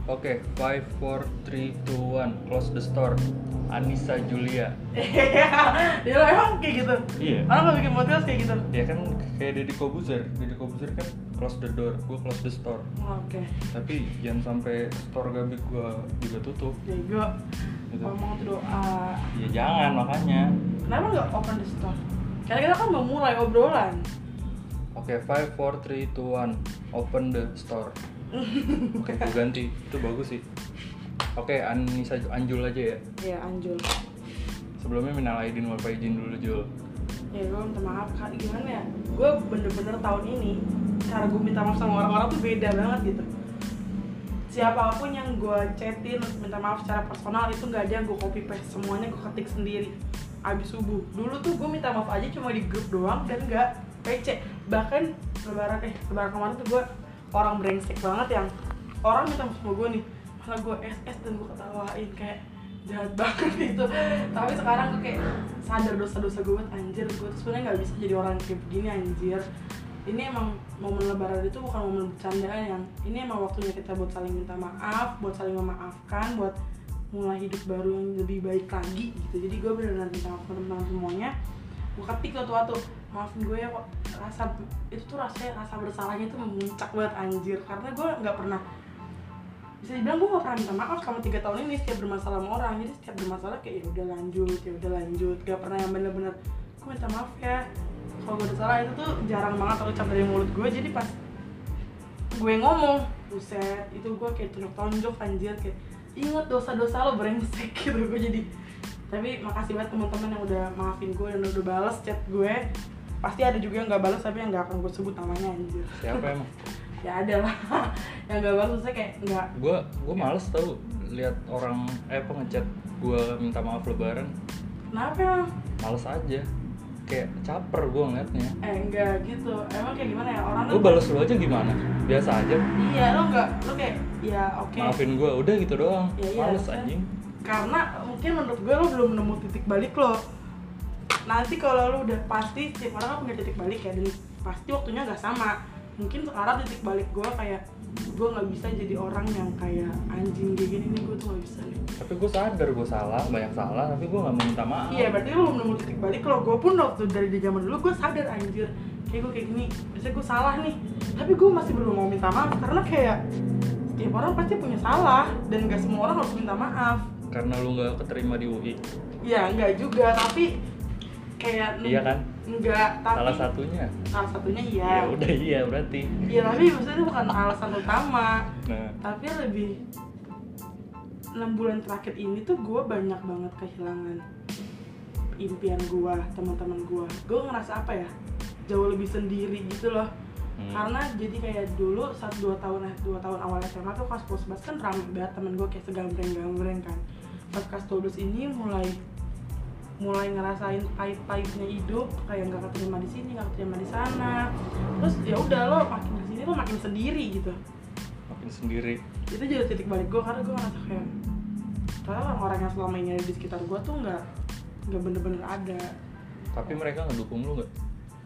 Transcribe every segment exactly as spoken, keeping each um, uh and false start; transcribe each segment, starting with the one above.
Oke, five, four, three, two, one, close the store. Anissa Julia. Dia lo emang kayak gitu? Iya. Orang gak bikin podcast kayak gitu? Ya kan kayak Deddy Kobuzer. Deddy Kobuzer kan close the door, gue close the store. Oh, Oke okay. Tapi jangan sampai store gabik gue juga tutup. Bego. Gitu. Ngomong tuh doa. Ya jangan makanya. Kenapa gak open the store? Karena kita kan mau mulai obrolan. Oke, five, four, three, two, one, open the store. Oke, gue ganti. Itu bagus sih. Oke, Anissa Anjul aja ya. Iya, Anjul. Sebelumnya minal aidin wal faizin dulu, Jul. Ya gue minta maaf Kak, gimana ya? Gue bener-bener tahun ini cara gue minta maaf sama orang-orang tuh beda banget gitu. Siapapun yang gue chatin minta maaf secara personal itu nggak ada yang gue copy paste, semuanya gue ketik sendiri. Abis subuh. Dulu tuh gue minta maaf aja cuma di grup doang dan nggak P C. Bahkan lebaran eh lebaran kemarin tuh gue orang brengsek banget yang orang minta maaf sama gue nih, malah gue S S dan gue ketawain kayak jahat banget gitu. Tapi sekarang gue kayak sadar dosa-dosa gue buat anjir, gue tuh sebenarnya nggak bisa jadi orang kayak begini anjir. Ini emang momen lebaran itu bukan momen bercandaan, yang ini emang waktunya kita buat saling minta maaf, buat saling memaafkan, buat mulai hidup baru yang lebih baik lagi gitu. Jadi gue benar-benar minta maaf ke teman-teman semuanya. Gue ketik waktu-waktu, maafin gue ya kok, rasa itu tuh rasanya rasa bersalahnya tuh memuncak banget anjir, karena gue nggak pernah, bisa dibilang gue gak pernah minta maaf selama tiga tahun ini setiap bermasalah sama orang. Jadi setiap bermasalah kayak ya udah lanjut, ya udah lanjut, gak pernah yang bener-bener gue minta maaf ya kalau gue udah salah. Itu tuh jarang banget terucap dari mulut gue. Jadi pas gue ngomong, buset, itu gue kayak tunjuk-tunjuk anjir, kayak inget dosa-dosa lo brengsek gitu gue jadi. Tapi makasih banget teman-teman yang udah maafin gue dan udah bales chat gue. Pasti ada juga yang gak bales tapi yang gak akan gue sebut namanya anjir. Siapa emang? Ya ada lah yang gak bagus, saya kayak nggak. Gue gue males tau lihat orang eh apa ngechat gue minta maaf lebaran. Kenapa emang? Males aja, kayak caper gue ngeliatnya. Eh enggak gitu, emang kayak gimana ya orang? Gue balas lu aja gimana? Biasa aja. Iya, lo nggak, lo kayak ya oke. Okay. Maafin gue, udah gitu doang. Ya, iya, males kan? anjing. Karena mungkin menurut gue lo belum nemu titik balik lo. Nanti kalau lo udah pasti, setiap orang kan punya titik balik ya, dan pasti waktunya nggak sama. Mungkin sekarang titik balik gue kayak gue nggak bisa jadi orang yang kayak anjing kayak gini nih, gue tuh nggak bisa nih. Tapi gue sadar gue salah, banyak salah, tapi gue nggak mau minta maaf. Iya, berarti lo belum nemu titik balik. Kalau gue pun waktu dari di zaman dulu gue sadar anjir, kayak gue kayak gini, biasanya gue salah nih, tapi gue masih belum mau minta maaf karena kayak setiap orang pasti punya salah dan nggak semua orang harus minta maaf. Karena lu nggak keterima di U I. Iya, nggak juga, tapi kayak Iya kan? Enggak, tapi Salah satunya. salah satunya iya. Ya udah iya berarti. Iya, tapi maksudnya itu bukan alasan utama. Nah, Tapi lebih enam bulan terakhir ini tuh gue banyak banget kehilangan impian gue, teman-teman gue. Gue ngerasa apa ya? Jauh lebih sendiri gitu loh. Hmm. Karena jadi kayak dulu saat dua tahun dua tahun awal S M A tuh kelas dua belas kan ramai banget temen gue kayak segambreng-gambreng kan. Pas kelas dua belas ini mulai mulai ngerasain pahit-pahitnya hidup, kayak nggak keterima di sini, nggak keterima di sana. Terus ya udah lo makin di sini lo makin sendiri gitu. makin sendiri. Itu jadi titik balik gue karena gue ngerasa kayak ternyata orang-orang yang selama ini ada di sekitar gue tuh nggak nggak bener-bener ada. Tapi mereka ngedukung lu nggak?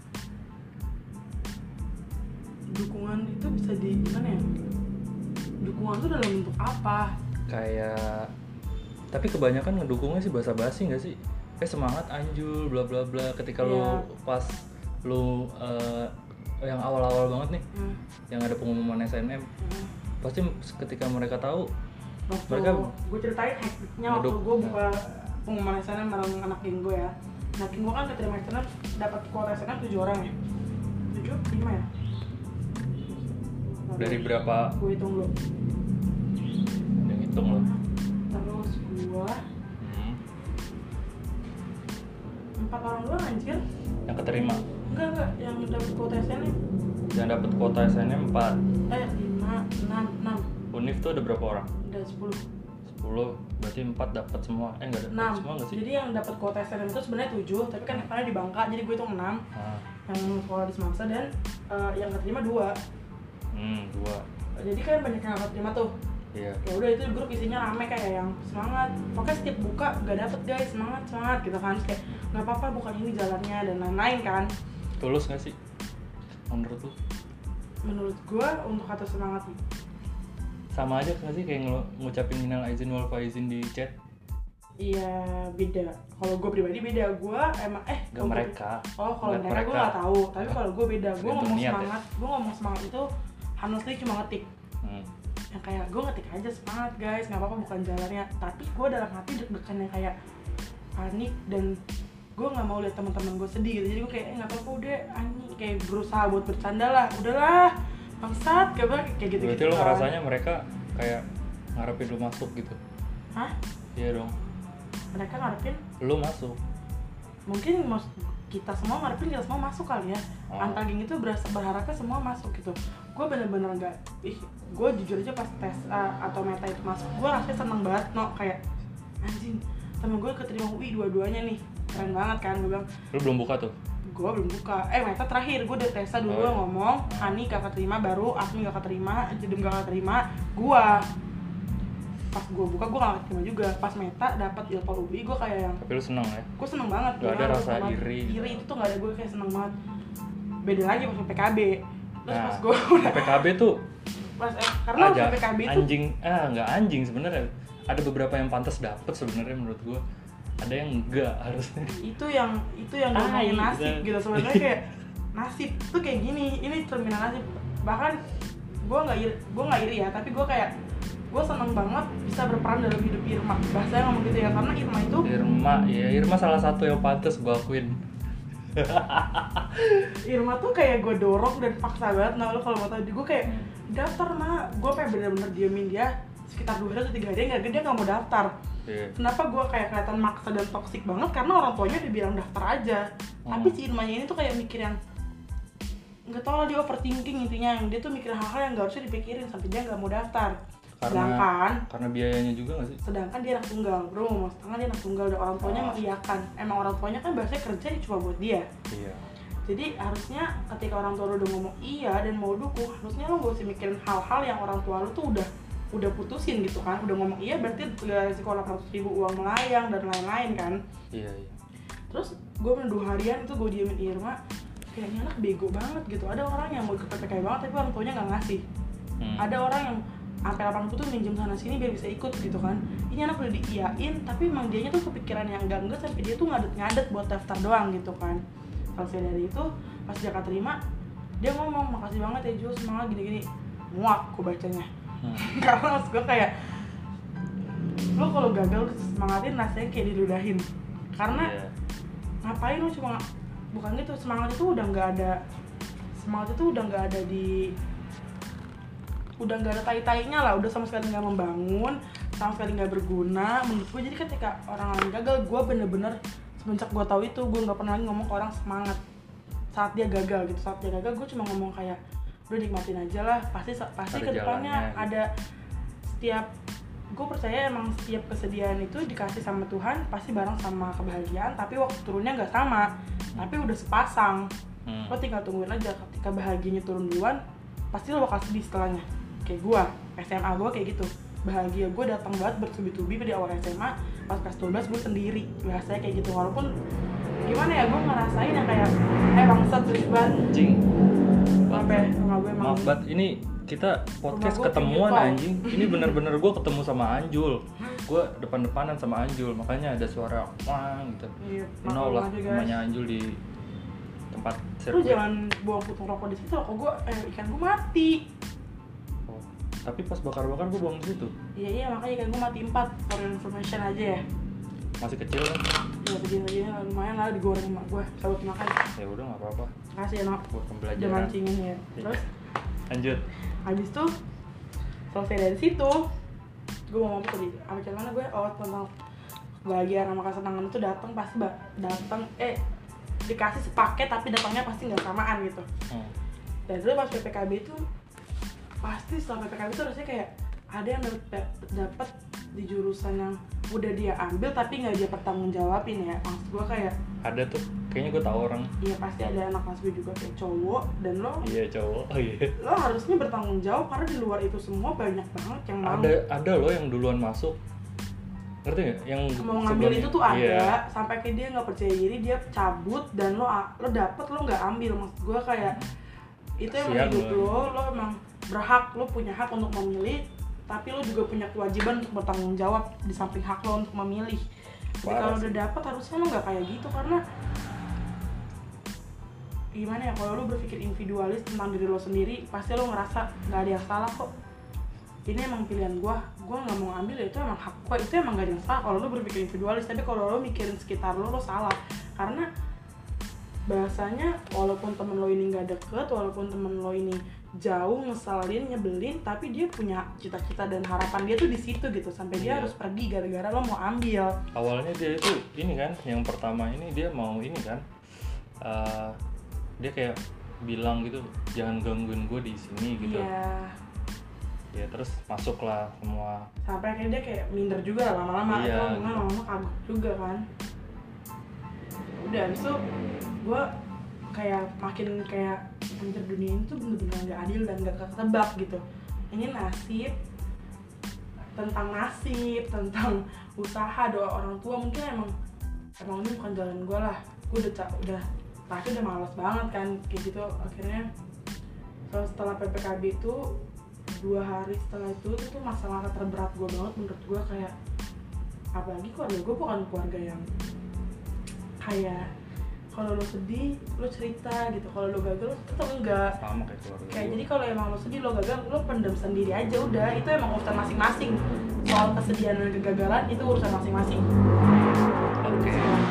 Dukungan itu bisa di gimana ya? Dukungan itu dalam bentuk apa? Kayak, tapi kebanyakan ngedukungnya sih basa-basi nggak sih? Kayak semangat Anjul bla bla bla. Ketika yeah. lu pas lu uh, yang awal-awal banget nih, hmm. yang ada pengumuman S N M, hmm. pasti ketika mereka tahu, waktu mereka gue ceritain hacknya waktu gue buka pengumuman S N M bareng anak geng gue ya. Nah, geng gue kan keterima S N M dapat kuota S N M tujuh orang ya, tujuh lima ya. Nah, dari berapa? Gue hitung dulu. Yang hitung lo. Terus gue hmm. empat orang doang anjir. Yang keterima? Enggak enggak, yang dapat kuota S N M. Yang dapat kuota S N M empat. Eh lima, enam, enam. Univ tuh ada berapa orang? Ada sepuluh. sepuluh, berarti empat dapat semua. Eh enggak dapat semua enggak sih? Jadi yang dapat kuota S N M itu sebenarnya tujuh, tapi kan karena di Bangka jadi gue hitung enam. Ah. Yang sekolah di Semangsa dan uh, yang keterima dua. Hmm, dua. Jadi kan banyak yang gak terima tuh. Iya. Ya udah itu grup isinya rame kayak yang semangat. Pokoknya setiap buka gak dapet guys, semangat semangat gitu kan. Kayak nggak apa-apa bukan ini jalannya dan lain-lain kan. Tulus nggak sih? Menurut lu? Menurut gue untuk kata semangat sama aja nggak sih kayak ngelu- ngucapin minal aizin wal faizin di chat? Iya beda. Kalau gue pribadi beda. Gue emang eh Gak mereka. Gua, oh kalau mereka, mereka. gue nggak tahu. Tapi kalau gue beda. Gue ngomong semangat. Ya? Gue ngomong semangat itu honestly cuma ngetik. Hmm. Yang kayak gue ngetik aja semangat guys, nggak apa-apa bukan jalannya. Tapi gue dalam hati deg-degan yang kayak panik dan gue nggak mau lihat teman-teman gue sedih gitu. Jadi gue kayak eh nggak apa-apa udah anjing kayak berusaha buat bercanda lah. Udahlah bangsat kayak kayak gitu. Berarti lo ngerasanya mereka kayak ngarepin lo masuk gitu? Hah? Iya dong. Mereka ngarepin lu masuk, mungkin mas kita semua ngarepin kita semua masuk kali ya. Oh. Antagging itu berasa berharapnya semua masuk gitu. Gue bener-bener nggak, ih gue jujur aja pas tes uh, atau meta itu masuk gue rasanya seneng banget no kayak anjing temen gue keterima U I dua-duanya nih keren banget kan. Gue bilang lu belum buka tuh? Gue belum buka, eh meta terakhir gue udah tesa dulu. Oh, iya. Ngomong Hani gak keterima, baru Asmi gak keterima, Jedem gak keterima, gue pas gue buka gue gak terima juga. Pas meta dapat ilpol U I gue kayak yang tapi lu seneng ya? Gue seneng banget. Gak ada rasa iri gitu. Iri itu tuh gak ada, gue kayak seneng banget. Beda lagi pas P P K B. Terus nah, pas gue udah P P K B tuh pas eh, karena ada P P K B itu anjing, ah nggak anjing sebenarnya. Ada beberapa yang pantas dapet sebenarnya menurut gue. Ada yang enggak harusnya. Itu yang itu yang ngomongin nasib gitu sebenarnya kayak nasib tuh kayak gini. Ini cerminan nasib. Bahkan gue nggak iri, gue nggak iri ya, tapi gue kayak gue seneng banget bisa berperan dalam hidup Irma. Bahasanya ngomong gitu ya, karena Irma itu Irma, ya Irma salah satu yang pantas gue akuin. Irma tuh kayak gue dorong dan paksa banget. Nah lo kalau mau tau, gue kayak daftar mah, gue kayak bener-bener diemin dia sekitar dua hari atau tiga hari nggak, dia nggak mau daftar. Yeah. Kenapa gue kayak kelihatan maksa dan toksik banget? Karena orang tuanya udah bilang daftar aja. Hmm. Tapi si Irmanya ini tuh kayak mikir yang nggak tau lah, dia overthinking intinya. Yang dia tuh mikir hal-hal yang nggak harusnya dipikirin sampai dia nggak mau daftar. Karena, sedangkan karena biayanya juga nggak sih? Sedangkan dia anak tunggal, bro, mas tangan dia anak tunggal dan orang tuanya oh. mengiyakan. Emang orang tuanya kan biasanya kerja cuma buat dia. Iya. Jadi harusnya ketika orang tua lu udah ngomong iya dan mau dukung, harusnya lu gak usah mikirin hal-hal yang orang tua lu tuh udah udah putusin gitu kan. Udah ngomong iya berarti gak resiko delapan ratus ribu uang melayang dan lain-lain kan. Iya iya. Terus gue bener dua harian itu gue diemin Irma, kayaknya anak bego banget gitu. Ada orang yang mau ikut P P K banget tapi orang tuanya gak ngasih. Hmm. Ada orang yang sampai delapan puluh tuh minjem sana sini biar bisa ikut gitu kan. Ini anak udah diiyain tapi emang dianya tuh kepikiran yang enggak-enggak sampai dia tuh ngadet-ngadet buat daftar doang gitu kan. Selesai dari itu pas dia keterima dia ngomong makasih banget ya Jo, semangat gini-gini. Muak gue bacanya. Hmm. Karena maksud gue kayak lo kalau gagal semangatin rasanya kayak diludahin. Karena yeah. ngapain lo cuma bukan gitu, semangat itu udah nggak ada semangat itu udah nggak ada di udah nggak ada tai-tainya lah, udah sama sekali nggak membangun, sama sekali nggak berguna menurut gue. Jadi ketika orang lain gagal, gue bener-bener semenjak gue tahu itu gue nggak pernah lagi ngomong ke orang semangat saat dia gagal gitu. Saat dia gagal gue cuma ngomong kayak udah nikmatin aja lah, pasti pasti kedepannya ada. Setiap gue percaya emang setiap kesedihan itu dikasih sama Tuhan pasti bareng sama kebahagiaan, tapi waktu turunnya nggak sama, tapi udah sepasang. hmm. Lo tinggal tungguin aja ketika bahagianya turun duluan, pasti lo bakal sedih setelahnya. Kayak gue, S M A gue kayak gitu, bahagia gue datang banget bertubi-tubi di awal S M A, pas kelas dua belas gue sendiri, biasanya kayak gitu. Walaupun gimana ya, gue ngerasain yang kayak eh bangsat terus banget anjing. Apa ya, sama gue emang maaf banget, ini kita podcast ketemuan anjing. Ini bener-bener gue ketemu sama Anjul, gue depan-depanan sama Anjul, makanya ada suara wah gitu. Iya, no lah namanya Anjul di tempat sirkuit. Lu jangan buang putung rokok di situ, rokok gue, eh ikan gue mati. Oh, tapi pas bakar-bakar gue buang di situ. Iya iya, makanya ikan gue mati empat, for information aja ya. Masih kecil kan? Iya, kecil-kecil lumayan lah, digoreng sama gue, sabut makan. Ya udah nggak apa-apa. Makasih ya, Nok. Buat pembelajaran. Udah mancingin ya. Terus lanjut. Habis tuh selesai dari situ, gue mau ngomong tadi, apa mana gue? Oh, tentang kebahagiaan sama kesenangan itu datang pasti ba- datang eh dikasih sepaket tapi datangnya pasti nggak samaan gitu. Hmm. Dan dulu pas P P K B itu pasti setelah P P K B itu rasanya kayak ada yang dapat dapat di jurusan yang udah dia ambil tapi nggak dia pertanggungjawabin ya. Maksud gue kayak ada tuh, kayaknya gue tahu orang. Iya pasti ada anak kelas gue juga kayak cowok dan lo. Iya cowok, oh iya. Lo harusnya bertanggung jawab karena di luar itu semua banyak banget yang mau. Ada ada lo yang duluan masuk. Ngerti nggak? Yang mau ngambil itu tuh ada, yeah. Sampai kayak dia nggak percaya diri, dia cabut dan lo lo dapet lo nggak ambil. Maksud gue kayak itu emang hidup lo, lo emang berhak, lo punya hak untuk memilih. tapi lo juga punya kewajiban untuk bertanggung jawab di samping hak lo untuk memilih. Jadi kalau udah dapet harusnya lo nggak kayak gitu, karena gimana ya, kalau lo berpikir individualis tentang diri lo sendiri pasti lo ngerasa nggak ada yang salah kok, ini emang pilihan gue, gue nggak mau ambil ya itu emang hak gue, itu emang gak ada yang salah kalau lo berpikir individualis. Tapi kalau lo mikirin sekitar lo, lo salah. Karena bahasanya walaupun temen lo ini nggak deket, walaupun temen lo ini jauh, ngeselin, nyebelin, tapi dia punya cita-cita dan harapan dia tuh di situ gitu, sampai dia yeah. harus pergi gara-gara lo mau ambil. Awalnya dia itu ini kan, yang pertama ini dia mau ini kan, uh, dia kayak bilang gitu, jangan gangguin gue di sini gitu. Iya. Yeah. Ya terus masuklah semua. Sampai akhirnya dia kayak minder juga lama-lama. Iya. Itu lama-lama kagok juga kan. Udah, habis itu gue kayak makin kayak anjir, dunia ini tuh bener-bener gak adil dan gak ketebak gitu. Ini nasib, tentang nasib, tentang usaha, doa orang tua, mungkin emang emang ini bukan jalan gue lah. Gue udah udah pasti udah malas banget kan kayak gitu. Akhirnya setelah P P K B itu dua hari setelah itu itu tuh masa-masa terberat gue banget menurut gue. Kayak apalagi keluarga gue bukan keluarga yang kayak kalau lo sedih lo cerita gitu, kalau lo gagal lo tetap enggak. Sama kayak keluarga kayak gue. Jadi kalau emang lo sedih lo gagal, lo pendam sendiri aja udah, itu emang urusan masing-masing. Soal kesedihan dan kegagalan itu urusan masing-masing. Oke.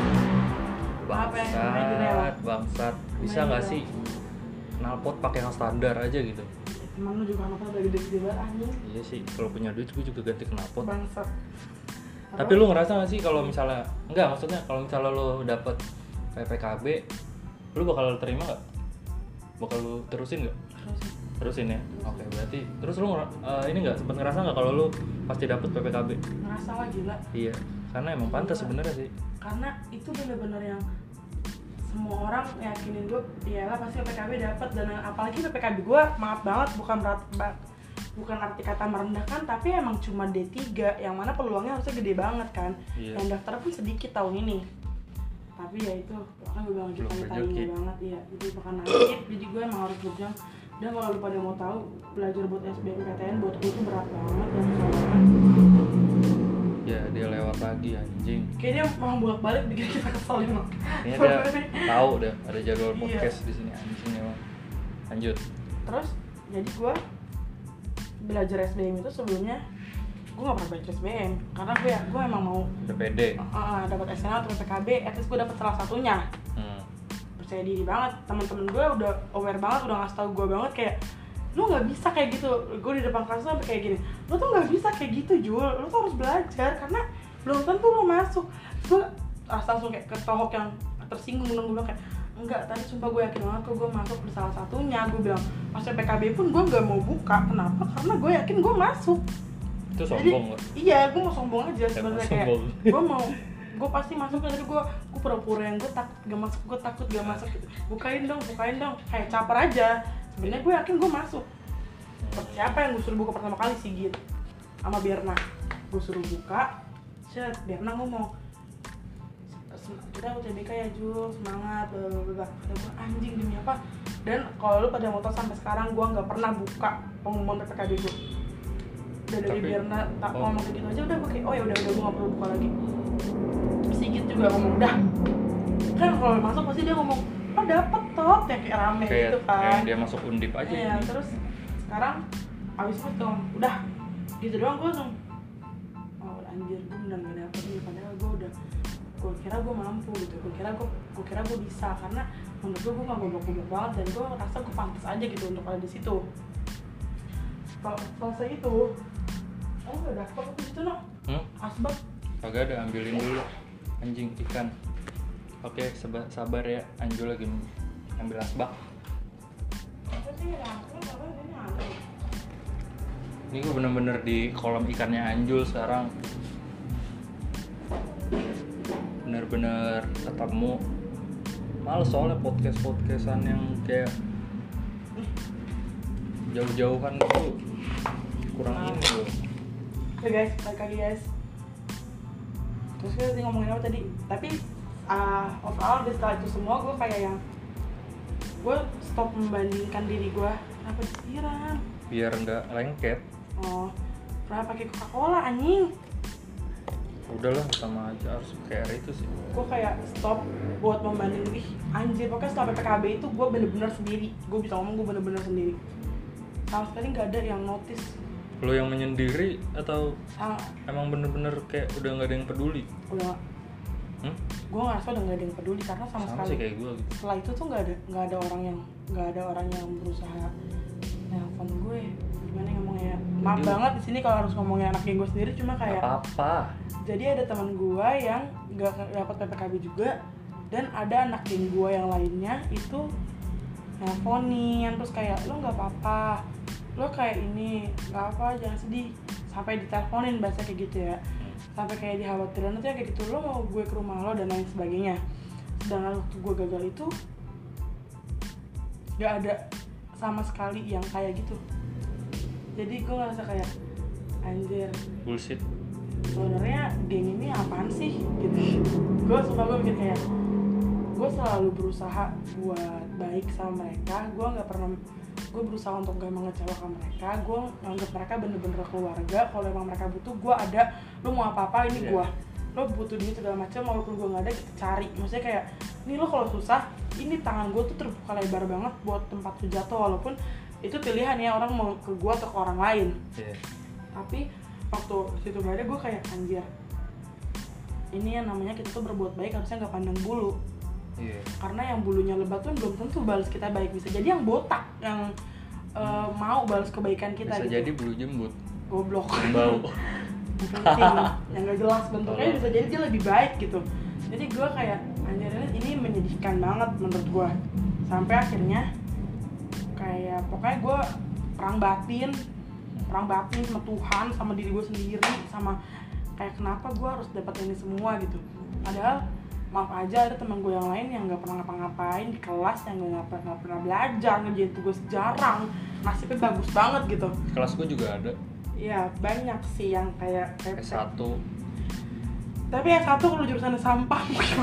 Okay. Bangsat, bangsat. Bisa nggak sih knalpot pakai yang standar aja gitu? Emang lu juga knalpot udah gede-gede banget anjing. Iya sih, kalau punya duit gue juga ganti knalpot. Bangsat. Tapi lu ngerasa nggak sih kalau misalnya enggak, maksudnya kalau misalnya lu dapet P P K B, lu bakal terima nggak? Bakal lu terusin nggak? Terusin. Terusin ya. Oke, okay, berarti terus lu uh, ini nggak sempet ngerasa nggak kalau lu pasti dapet P P K B? Ngerasa lah, gila. Iya, karena emang pantas sebenarnya sih. Karena itu bener-bener yang semua orang yakinin gue, iyalah pasti P P K B dapat. Dan apalagi P P K B gue, maaf banget, bukan berat, bukan arti kata merendahkan, tapi emang cuma D tiga yang mana peluangnya harusnya gede banget kan. Yeah. Yang daftar pun sedikit tahun ini. Tapi ya itu, kan gue bilang kita tanya banget, iya. Jadi bukan nasib, jadi gue emang harus berjuang. Dan kalau lu pada mau tahu, belajar buat S B M P T N buat gue itu berat banget dan susah banget. Ya dia lewat lagi anjing. Kayaknya mau bolak-balik bikin kita kesel emang. Ini dia tahu deh ada jadwal podcast iya. Di sini anjing emang. Lanjut. Terus jadi gue belajar S B M itu sebelumnya gue nggak pernah belajar S B M karena gue gue emang mau D P D. Uh, dapat S N A atau P P K B, at least gue dapat salah satunya. Hmm. Percaya diri banget, teman-teman gue udah aware banget, udah ngasih tau gue banget kayak lu nggak bisa kayak gitu. Gue di depan kelas sampai kayak gini, lu tuh nggak bisa kayak gitu Jul, lu tuh harus belajar karena belum tentu lu masuk. Gue rasa langsung kayak ketohok yang tersinggung, dan gue bilang kayak enggak, tadi sumpah gue yakin banget kok gue masuk di salah satunya. Gue bilang pas P P K B pun gue nggak mau buka, kenapa? Karena gue yakin gue masuk. Itu sombong nggak? Iya, gue mau sombong aja sebenarnya, kayak gue mau gue pasti masuk, tapi gue gue pura-pura yang gue takut gak masuk, gue takut gak masuk gitu. Bukain dong, bukain dong, kayak caper aja. Sebenarnya gue yakin gue masuk. Siapa yang gue suruh buka pertama kali sih gitu, sama Berna. Gue suruh buka, set Berna ngomong, kita U T B K ya Jul, semangat, blablabla. Kata gue anjing demi apa? Dan kalau lu pada mau tau sampai sekarang gue nggak pernah buka pengumuman P P K B gue. Udah dari Tapi, Berna tak oh. ngomong kayak gitu aja, udah gue kayak oh ya udah udah gue nggak perlu buka lagi. Sigit juga ngomong dah. Kan kalau masuk pasti dia ngomong, oh dapet toh, kayak kayak rame kayak, gitu kan. Kayak dia masuk undip aja. Iya, ini. Terus sekarang abis itu tuh udah gitu doang gue langsung, oh anjir gue bener gak dapet nih, padahal gue udah, gue kira gue mampu gitu, gue kira gue gue kira gue bisa, karena menurut gue gue gak goblok-goblok banget dan gue rasa gue pantas aja gitu untuk ada di situ. Selesai itu, oh udah dapet di situ no, hmm? Asbak. Kagak ada, ambilin dulu anjing ikan. Oke, sabar, sabar ya, Anjul lagi ambil asbak. Ini gue bener-bener di kolam ikannya Anjul sekarang. Bener-bener ketemu. Males soalnya podcast-podcastan yang kayak jauh-jauhan gitu. Kurang nah. Ini loh. Oke guys, balik lagi guys. Terus kita tadi ngomongin apa tadi? Tapi uh, overall setelah itu semua gue kayak yang gue stop membandingkan diri gue. Kenapa disiram? Biar nggak lengket. Oh, pernah pakai Coca-Cola anjing. Udahlah sama aja, harus kayak itu sih. Gue kayak stop buat membanding, ih anjir pokoknya setelah P P K B itu gue bener-bener sendiri. Gue bisa ngomong gue bener-bener sendiri, sama sekali nggak ada yang notice. Lo yang menyendiri atau ah, emang bener-bener kayak udah nggak ada yang peduli? Udah hmm? Gue ngerasa udah nggak ada yang peduli karena sama, sama sekali sih kayak gue gitu. Setelah itu tuh nggak ada nggak ada orang yang nggak ada orang yang berusaha nelfon gue. Gimana ngomongnya, maaf Aduh. banget di sini kalau harus ngomongnya anak geng gue sendiri, cuma kayak gak apa-apa. Jadi ada teman gue yang nggak dapat P P K B juga, dan ada anak geng gue yang lainnya itu nelfonin terus kayak lo nggak apa-apa, lo kayak ini nggak apa, jangan sedih, sampai diteleponin bahasa kayak gitu ya, sampai kayak dikhawatirin tuh kayak gitu, lo mau gue ke rumah lo dan lain sebagainya. Sedangkan waktu gue gagal itu nggak ada sama sekali yang kayak gitu. Jadi gue ngerasa kayak anjir bullshit, sebenarnya geng ini apaan sih gitu. Gue suka gue mikir kayak gue selalu berusaha buat baik sama mereka, gue nggak pernah, gue berusaha untuk gak mengecewakan mereka, gue nganggap mereka bener-bener keluarga. Kalau emang mereka butuh, gue ada, lo mau apa-apa ini gue, yeah. Lo butuh duit segala macam, walaupun gue nggak ada kita cari. Maksudnya kayak ini lo kalau susah, ini tangan gue tuh terbuka lebar banget buat tempat lo jatuh, walaupun itu pilihan ya, orang mau ke gue atau ke orang lain. Yeah. Tapi waktu situ berada gue kayak anjir, ini yang namanya kita tuh berbuat baik harusnya nggak pandang bulu. Yeah. Karena yang bulunya lebat tuh belum tentu balas kita baik, bisa jadi yang botak yang uh, mau balas kebaikan kita bisa gitu. Jadi bulu jembut, goblok, bau yang nggak jelas bentuknya, bisa jadi dia lebih baik gitu. Jadi gue kayak anjir, ini menyedihkan banget menurut gue. Sampai akhirnya kayak pokoknya gue perang batin perang batin sama Tuhan, sama diri gue sendiri, sama kayak kenapa gue harus dapat ini semua gitu. Padahal maaf aja ada teman gue yang lain yang nggak pernah ngapa-ngapain di kelas, yang nggak pernah pernah belajar, ngerjain tugas jarang, nasibnya bagus banget gitu. Kelas gue juga ada. Iya banyak sih yang kayak S satu. Tapi S satu kalau jurusannya sampah.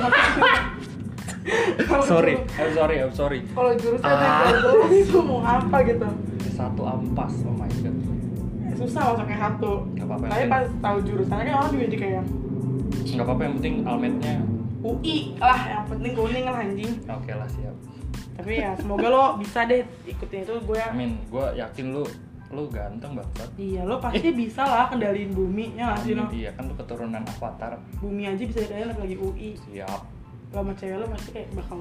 sorry, I'm sorry, I'm sorry. Kalau jurusannya ah. jelas itu mau apa gitu. S satu ampas, oh my god. Susah masuk S satu. Gak apa-apa. Tapi pas tahu jurusannya kan orang juga jadi kayak nggak apa-apa, yang penting almetnya U I lah, yang penting kuning lah anjing. Oke lah, siap. Tapi ya semoga lo bisa deh ikutin itu, gue amin. Gue yakin lo lo ganteng banget. Iya, lo pasti bisa lah kendaliin bumi, ya nggak sih lo? Iya kan, lo keturunan Avatar. Bumi aja bisa dikalian lagi U I. Siap. Lo sama cewek lo pasti kayak bakal.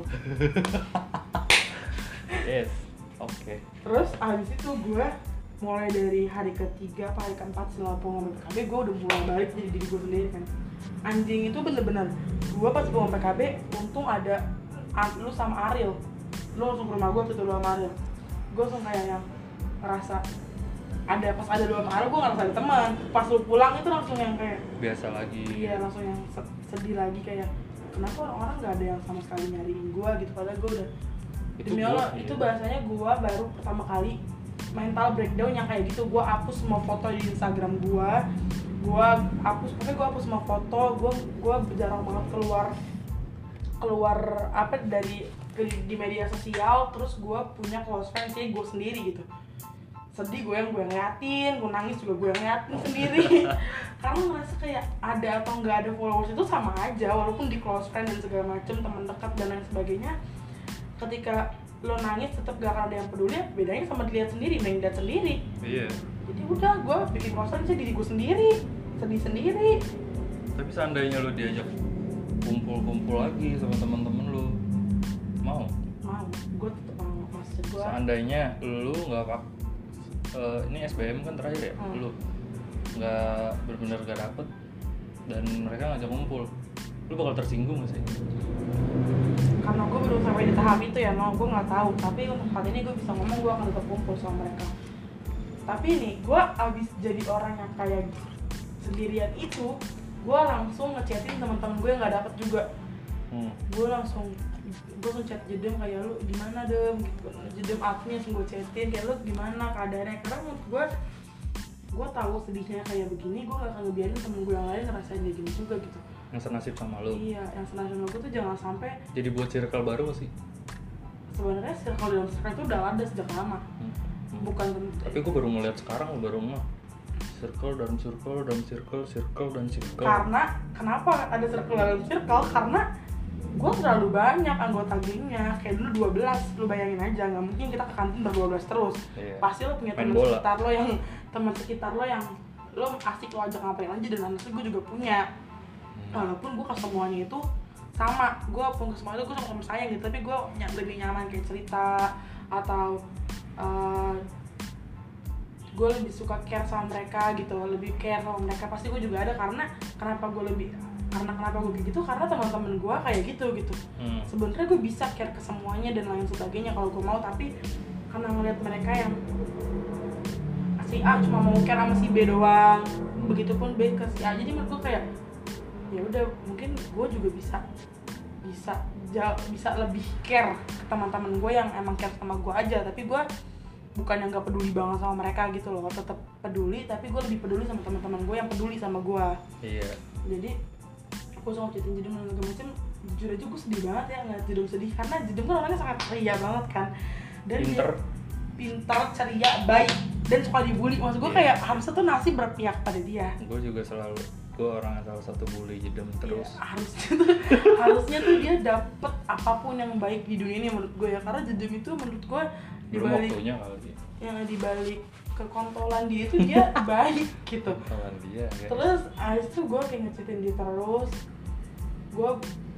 Yes, oke. Okay. Terus abis itu gue mulai dari hari ketiga apa hari keempat setelah pengumuman P K B, gue udah mulai balik jadi diri gue sendiri kan. Anjing itu bener-bener, gue pas pengumuman P K B untung ada lu sama Ariel, lu langsung ke rumah gue gitu, lu sama Ariel. Gue langsung kayak yang ngerasa ada, pas ada lu sama Ariel gue ngerasa ada teman. Pas lu pulang itu langsung yang kayak biasa lagi. Iya, langsung yang sedih lagi, kayak kenapa orang-orang gak ada yang sama sekali nyariin gue gitu. Padahal gue udah itu demi Allah, iya. Itu bahasanya gue baru pertama kali mental breakdown yang kayak gitu. Gue hapus semua foto di Instagram gue, gue hapus, pokoknya gue hapus semua foto, gue gue jarang banget keluar keluar apa dari di media sosial. Terus gue punya close friends sih gue sendiri gitu. Sedih gue yang gue ngeliatin, gue nangis juga gue ngeliatin sendiri. Karena merasa kayak ada atau nggak ada followers itu sama aja, walaupun di close friend dan segala macem, teman dekat dan lain sebagainya. Ketika lo nangis tetap gak akan ada yang peduli, bedanya sama dilihat sendiri, main lihat sendiri. Iya. Jadi udah, gue bikin konser aja diri gue sendiri, sedih sendiri. Tapi seandainya lo diajak kumpul-kumpul lagi sama teman-teman lo, mau? Mau, gue tetap mau. Maksud gue seandainya lo nggak pak, uh, ini S B M kan terakhir ya, hmm. lo nggak benar-benar gak dapet dan mereka ngajak kumpul, lo bakal tersinggung nggak sih? Karena gue belum sampai di tahap itu ya, no, gue nggak tahu. Tapi untuk saat ini gue bisa ngomong gue akan tetap kumpul sama mereka. Tapi nih, gue abis jadi orang yang kayak sendirian itu, gue langsung ngechatin teman-teman gue yang nggak dapet juga. Hmm. Gue langsung, gue langsung chat Jedem kayak lu gimana Dem, gitu. Jedem admin langsung gue chatin kayak lu gimana keadaannya. Karena menurut gue, gue tahu sedihnya kayak begini, gue gak akan ngebiarin temen gue yang lain ngerasain kayak gini juga gitu. Yang senasib sama lu. Iya, yang senasib sama gue tuh jangan sampai jadi buat circle baru gak sih? Sebenarnya circle dalam circle itu udah ada sejak lama. Hmm. Bukan tapi gue baru ngeliat sekarang, baru ngeh circle dalam circle dalam circle circle dan circle. Karena kenapa ada circle dalam circle? Karena gue terlalu banyak anggota gengnya. Kayak dulu dua belas, lu bayangin aja, nggak mungkin kita ke kantin ber dua belas terus. Iya. Pasti lo punya teman sekitar lo yang teman sekitar lo yang lo asik lo ajak ngapain aja, dan honestly gue juga punya. Walaupun gue ke semuanya itu sama, gue pun ke semuanya itu gue sama-sama sayang gitu, tapi gue lebih nyaman kayak cerita atau uh, gue lebih suka care sama mereka gitu, lebih care sama mereka. Pasti gue juga ada, karena kenapa gue lebih karena kenapa gue kayak gitu, karena teman-teman gue kayak gitu gitu. Hmm. Sebenarnya gue bisa care ke semuanya dan lain sebagainya kalau gue mau, tapi karena ngeliat mereka yang si A cuma mau care sama si B doang, begitupun B ke si A, jadi menurut gue kayak ya udah, mungkin gue juga bisa bisa jauh, bisa lebih care ke teman-teman gue yang emang care sama gue aja, tapi gue bukan yang nggak peduli banget sama mereka gitu loh, tetap peduli, tapi gue lebih peduli sama teman-teman gue yang peduli sama gue. Iya. Jadi aku sama cerita Jedem dan segala macam, jujur aja gue sedih banget ya ngeliat Jedem sedih, karena Jedem kan orangnya sangat ceria banget kan, dan pinter, dia pintar, ceria, baik, dan suka dibully. Maksud gue yeah. kayak harusnya tuh nasib berpihak pada dia. Gue juga selalu, gue orang yang salah satu bully Jedem terus. Yeah, harusnya tuh, harusnya tuh dia dapet apapun yang baik di dunia ini menurut gue ya, karena Jedem itu menurut gue dibalik yang dibalik kekontolan dia itu dia baik gitu. Kontolan dia. Guys. Terus abis itu gue kayak ngecetin dia terus, gue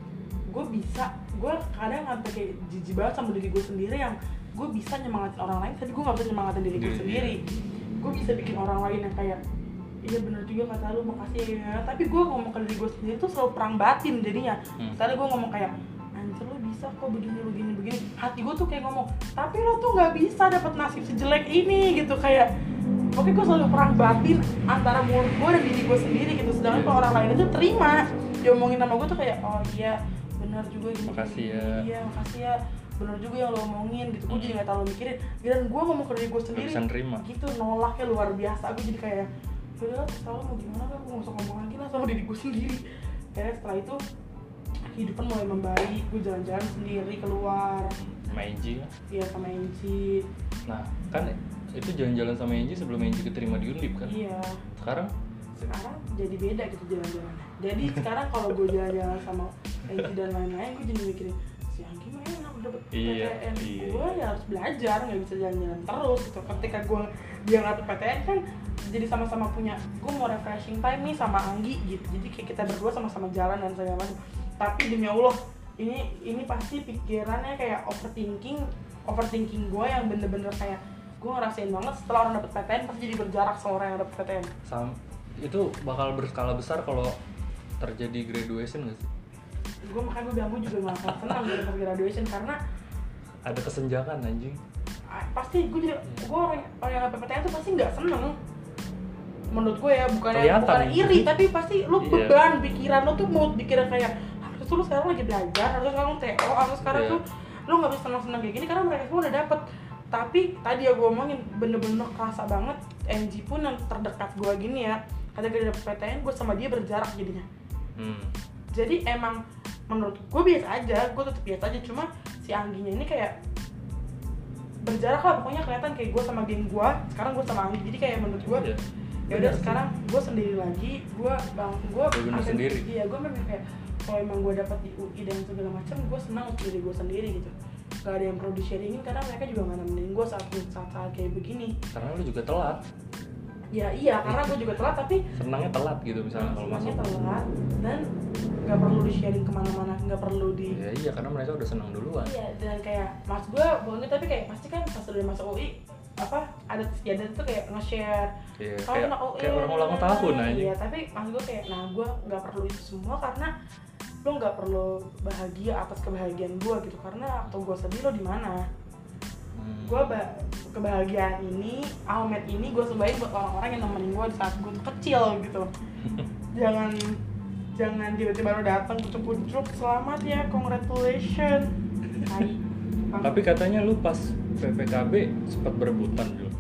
gue bisa, gue kadang sampai kayak jijik banget sama diri gue sendiri yang gue bisa nyemangatin orang lain, tapi gue nggak bisa nyemangatin diri gue sendiri. Gue bisa bikin orang lain yang kayak iya benar juga kata lu, makasih ya, tapi gue ngomong ke diri gue sendiri tuh selalu perang batin jadinya. Hmm. Misalnya gue ngomong kayak anjir lo bisa kok begini begini begini, hati gue tuh kayak ngomong tapi lo tuh nggak bisa dapet nasib sejelek ini gitu, kayak oke gue selalu perang batin antara mulut gue dan diri gue sendiri gitu. Sedangkan kalau orang lain itu terima diomongin sama gue tuh kayak oh iya benar juga gini, makasih ya, iya makasih ya, benar juga yang lo omongin gitu. Gue jadi nggak terlalu mikirin, dan gue ngomong ke diri gue sendiri gitu, nolaknya luar biasa. Gue jadi kayak udah selalu mau gimana kan, gue nggak usah ngomong lagi lah sama diri gue sendiri. Karena setelah itu kehidupan mulai membaik, gue jalan-jalan sendiri keluar sama Enji kan? Iya sama Enji. Nah kan itu jalan-jalan sama Enji sebelum Enji keterima di Undip kan? Iya. Sekarang? Sekarang jadi beda gitu jalan-jalan. Jadi sekarang kalau gue jalan-jalan sama Enji dan lain-lain, gue jadi mikirin si Anggi mah enak dapet P T N, iya, iya. Gue ya harus belajar, nggak bisa jalan-jalan terus gitu. Ketika gue dia nggak dapet P T N kan jadi sama-sama punya, gue mau refreshing time nih sama Anggi gitu. Jadi kayak kita berdua sama-sama jalan dan segala macam. Tapi demi Allah, ini ini pasti pikirannya kayak overthinking, overthinking gue yang bener-bener kayak gue ngerasain banget setelah orang dapet P T N pasti jadi berjarak sama orang yang dapet P T N. Sam, itu bakal berskala besar kalau terjadi graduation nggak sih? Gue makanya gue bilang gue juga nggak akan senang dari pas graduation karena ada kesenjangan anjing. Pasti gue jadi gue orang orang yang dapet P T N tuh pasti nggak seneng. Menurut gue ya bukan bukan iri, tapi pasti lu yeah. beban pikiran lu tuh mau pikiran kayak tuh lu sekarang lagi belajar, harus sekarang T O, harus sekarang yeah. tuh lu nggak bisa senang-senang kayak gini karena mereka semua udah dapet. Tapi tadi ya gue omongin bener-bener kerasa banget, M G pun yang terdekat gue gini ya, ketika dia dapet P T N gue sama dia berjarak jadinya. Hmm. Jadi emang menurut gue biasa aja, gue tetap biasa aja, cuma si Angginya ini kayak berjarak lah pokoknya, kelihatan kayak gue sama geng gue, sekarang gue sama Anggi, jadi kayak menurut gue yeah. ya udah sekarang gue sendiri lagi, gue bang gue sendiri. Iya gue memang kayak kalau emang gue dapat di U I dan segala macam, gue senang untuk diri gue sendiri gitu. Gak ada yang perlu di-sharingin karena mereka juga gak nemenin gue saat saat kayak begini. Karena lu juga telat. Ya iya, karena gue juga telat tapi senangnya telat gitu misalnya kalau masuk. Senangnya telat dan gak perlu di-sharing kemana-mana, gak perlu di. Ya iya karena mereka udah senang duluan. Iya dan kayak mas gue boleh tapi kayak pasti kan pas udah masuk U I apa ada istiadat tuh kayak nge-share. Iya, kayak, kayak orang ulang tahun aja. Iya tapi mas gue kayak nah gue nggak perlu itu semua karena lo nggak perlu bahagia atas kebahagiaan gue gitu, karena waktu gue sedih lo di mana. Hmm. Gue ba- kebahagiaan ini, Ahmed ini gue sebaik buat orang-orang yang nemenin gue di saat gue tuh kecil gitu. jangan jangan tiba-tiba lo datang kucuk-kucuk selamat ya congratulations. Hai. Tapi katanya lu pas P P K B sempat berebutan dulu.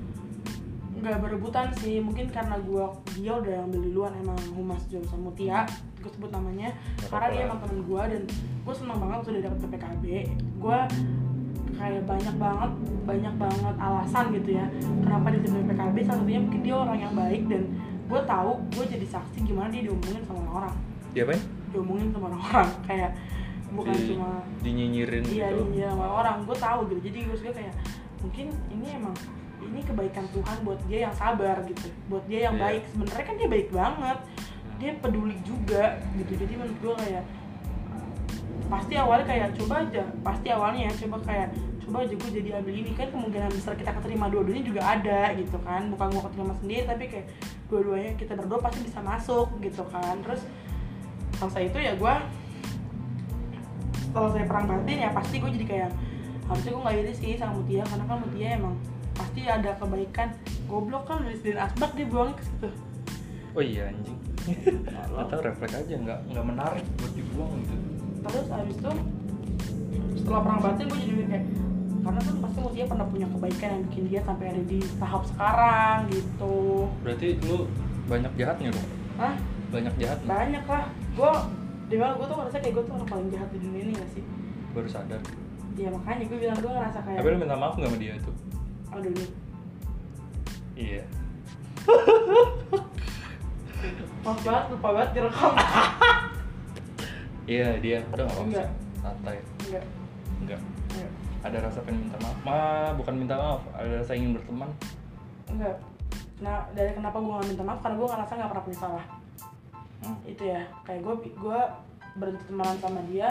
Nggak berebutan sih, mungkin karena gue dia udah yang ambil duluan, emang Humas Johnson Mutia gue sebut namanya. Gak karena apa-apa. Dia emang temen gue dan gue senang banget sudah dapet P P K B. Gue kayak banyak banget banyak banget alasan gitu ya kenapa dia tiba P K B. Salah satunya mungkin dia orang yang baik dan gue tahu, gue jadi saksi gimana dia diomongin sama orang-orang. Dia apa? Diomongin sama orang-orang kayak bukan di, cuma dinyinyirin iya, gitu. Iya, sama orang. Gue tahu gitu. Jadi gue juga kayak mungkin ini emang ini kebaikan Tuhan buat dia yang sabar gitu, buat dia yang yeah. baik. Sebenarnya kan dia baik banget, dia peduli juga gitu. Jadi menurut gue kayak pasti awalnya kayak coba aja, pasti awalnya ya coba kayak coba aja gue jadi ambil ini, kan kemungkinan besar kita keterima dua-duanya juga ada gitu kan, bukan gue keterima sendiri tapi kayak dua-duanya kita berdua pasti bisa masuk gitu kan. Terus selesai itu ya gue setelah saya perang batin ya pasti gue jadi kayak harusnya gue nggak iri sih sama Mutia, karena kan Mutia emang pasti ada kebaikan. Goblok kan dari Sdn Asbak dia buangnya ke situ. Oh iya anjing. Atau refleks aja, nggak nggak menarik buat dibuang gitu. Terus abis itu setelah perang batin gue jadi kayak karena kan pasti Mutia pernah punya kebaikan yang bikin dia sampai ada di tahap sekarang gitu. Berarti lu banyak jahatnya dong? Hah? Banyak jahat? Banyak lah. Gue di mana gue tuh ngerasa kayak gue tuh orang paling jahat di dunia ini gak sih? Baru sadar. Iya makanya gue bilang gue ngerasa kayak. Tapi lu minta maaf nggak sama dia itu? Aduh nih. Iya. Maaf banget, lupa banget direkam. Iya dia, udah nggak apa-apa. Enggak. Santai. Enggak. Enggak. Enggak. Ada rasa pengen minta maaf? Ma, bukan minta maaf. Ada rasa ingin berteman? Enggak. Nah dari kenapa gue nggak minta maaf karena gue ngerasa nggak pernah punya salah. Hmm. Itu ya, kayak gue gue berhenti temenan sama dia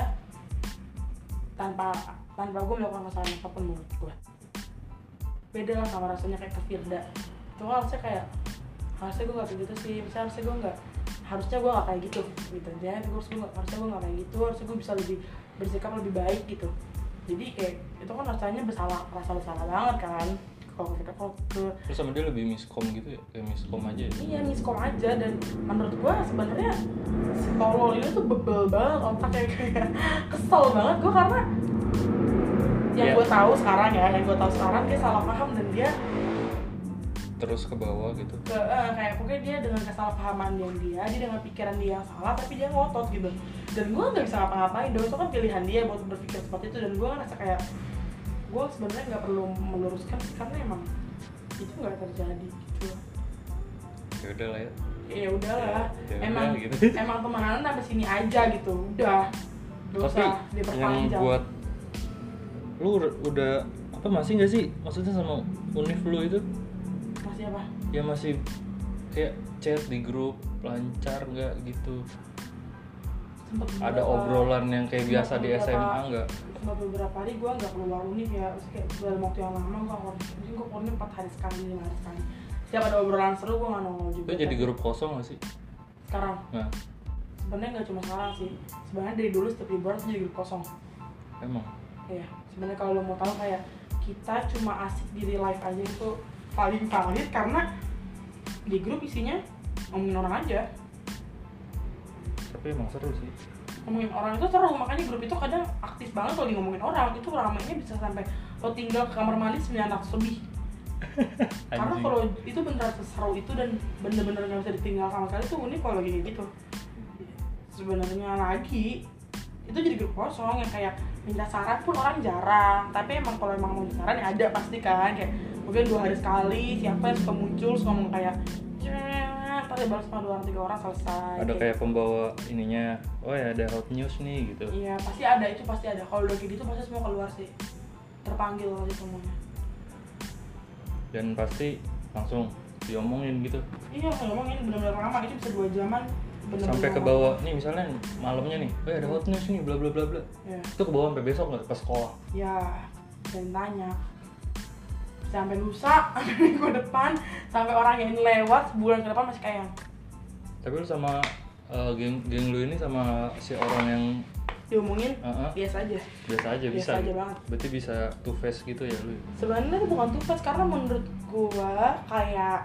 tanpa tanpa gue melakukan kesalahan apapun menurut gue. Beda lah sama rasanya kayak ke Firda. Cuma harusnya kayak harusnya gue nggak kayak gitu sih. Misalnya harusnya gue nggak harusnya gue nggak kayak gitu gitu. Jadi gue harusnya gue harusnya gue nggak kayak gitu. Harusnya gue bisa lebih bersikap lebih baik gitu. Jadi kayak itu kan rasanya bersalah, rasa bersalah banget kan. Kalau kita kalau ke terus sama dia lebih miskom gitu ya, kayak miskom aja ya? Iya miskom aja. Dan menurut gue sebenarnya si tolol ini tuh bebel banget otaknya, kayak kesel banget gue karena yang yeah. gue tahu sekarang ya yang gue tahu sekarang dia salah paham dan dia terus ke bawah gitu ke, eh, kayak pokoknya dia dengan kesalahpahaman yang dia dia dengan pikiran dia yang salah tapi dia ngotot gitu. Dan gue nggak bisa ngapa-ngapain dong, itu kan pilihan dia buat berpikir seperti itu. Dan gue ngerasa kayak gue sebenarnya nggak perlu meluruskan karena emang itu nggak terjadi gitu. Ya udah lah ya. Ya udahlah, ya, emang udah, gitu. emang temenan sampai sini aja gitu, udah. Dosa diperpanjang. Yang buat lu udah apa masih nggak sih maksudnya sama univ lu itu? Masih apa? Ya masih kayak chat di grup lancar nggak gitu? Sempet ada beberapa, obrolan yang kayak biasa di S M A nggak? Sempat beberapa hari gue nggak keluar univ ya, terus kayak dalam waktu yang lama gue keluar, mungkin gue keluar empat hari sekali, lima hari sekali. Setiap ada obrolan seru gue nggak nongol juga. Itu jadi grup kosong nggak sih? Sekarang? Nah. Sebenarnya nggak cuma sekarang sih, sebenarnya dari dulu setiap liburan tuh jadi grup kosong. Emang? Iya, sebenarnya kalau lo mau tahu kayak kita cuma asik di real life aja itu paling valid karena di grup isinya ngomongin orang aja. Tapi emang seru sih. Ngomongin orang itu seru, makanya grup itu kadang aktif banget kalau ngomongin orang. Itu ramainya bisa sampai lo tinggal ke kamar mandi sembilan ratus lebih. Karena kalau itu beneran seseru itu dan bener-bener nggak bisa ditinggal sama sekali tuh unik kalau gini gitu. Sebenarnya lagi itu jadi grup kosong yang kayak minta saran pun orang jarang, tapi emang kalau emang mau saran ya ada pasti kan, kayak mungkin dua hari sekali siapa yang suka muncul suka ngomong kayak ntar dia balas sama dua orang tiga orang selesai. Ada kayak, kayak pembawa ininya, oh ya ada hot news nih gitu. Iya pasti ada, itu pasti ada. Kalau udah kayak gitu pasti semua keluar sih, terpanggil aja semuanya. Dan pasti langsung diomongin gitu. Iya ngomongin benar-benar lama, itu bisa dua jaman. Bener-bener sampai ke bawah nih misalnya malamnya nih, oh ya ada hot news nih bla bla bla bla. Ya. Itu ke bawah sampai besok nggak ke sekolah? Ya, dan tanya sampai lusa, sampai minggu depan, sampai orang yang lewat sebulan ke depan masih kayak. Tapi lu sama uh, geng geng lu ini sama si orang yang diomongin uh-huh. biasa aja. Biasa aja biasa bisa. Aja banget. Berarti bisa two face gitu ya lu? Sebenarnya itu bukan two face karena menurut gua kayak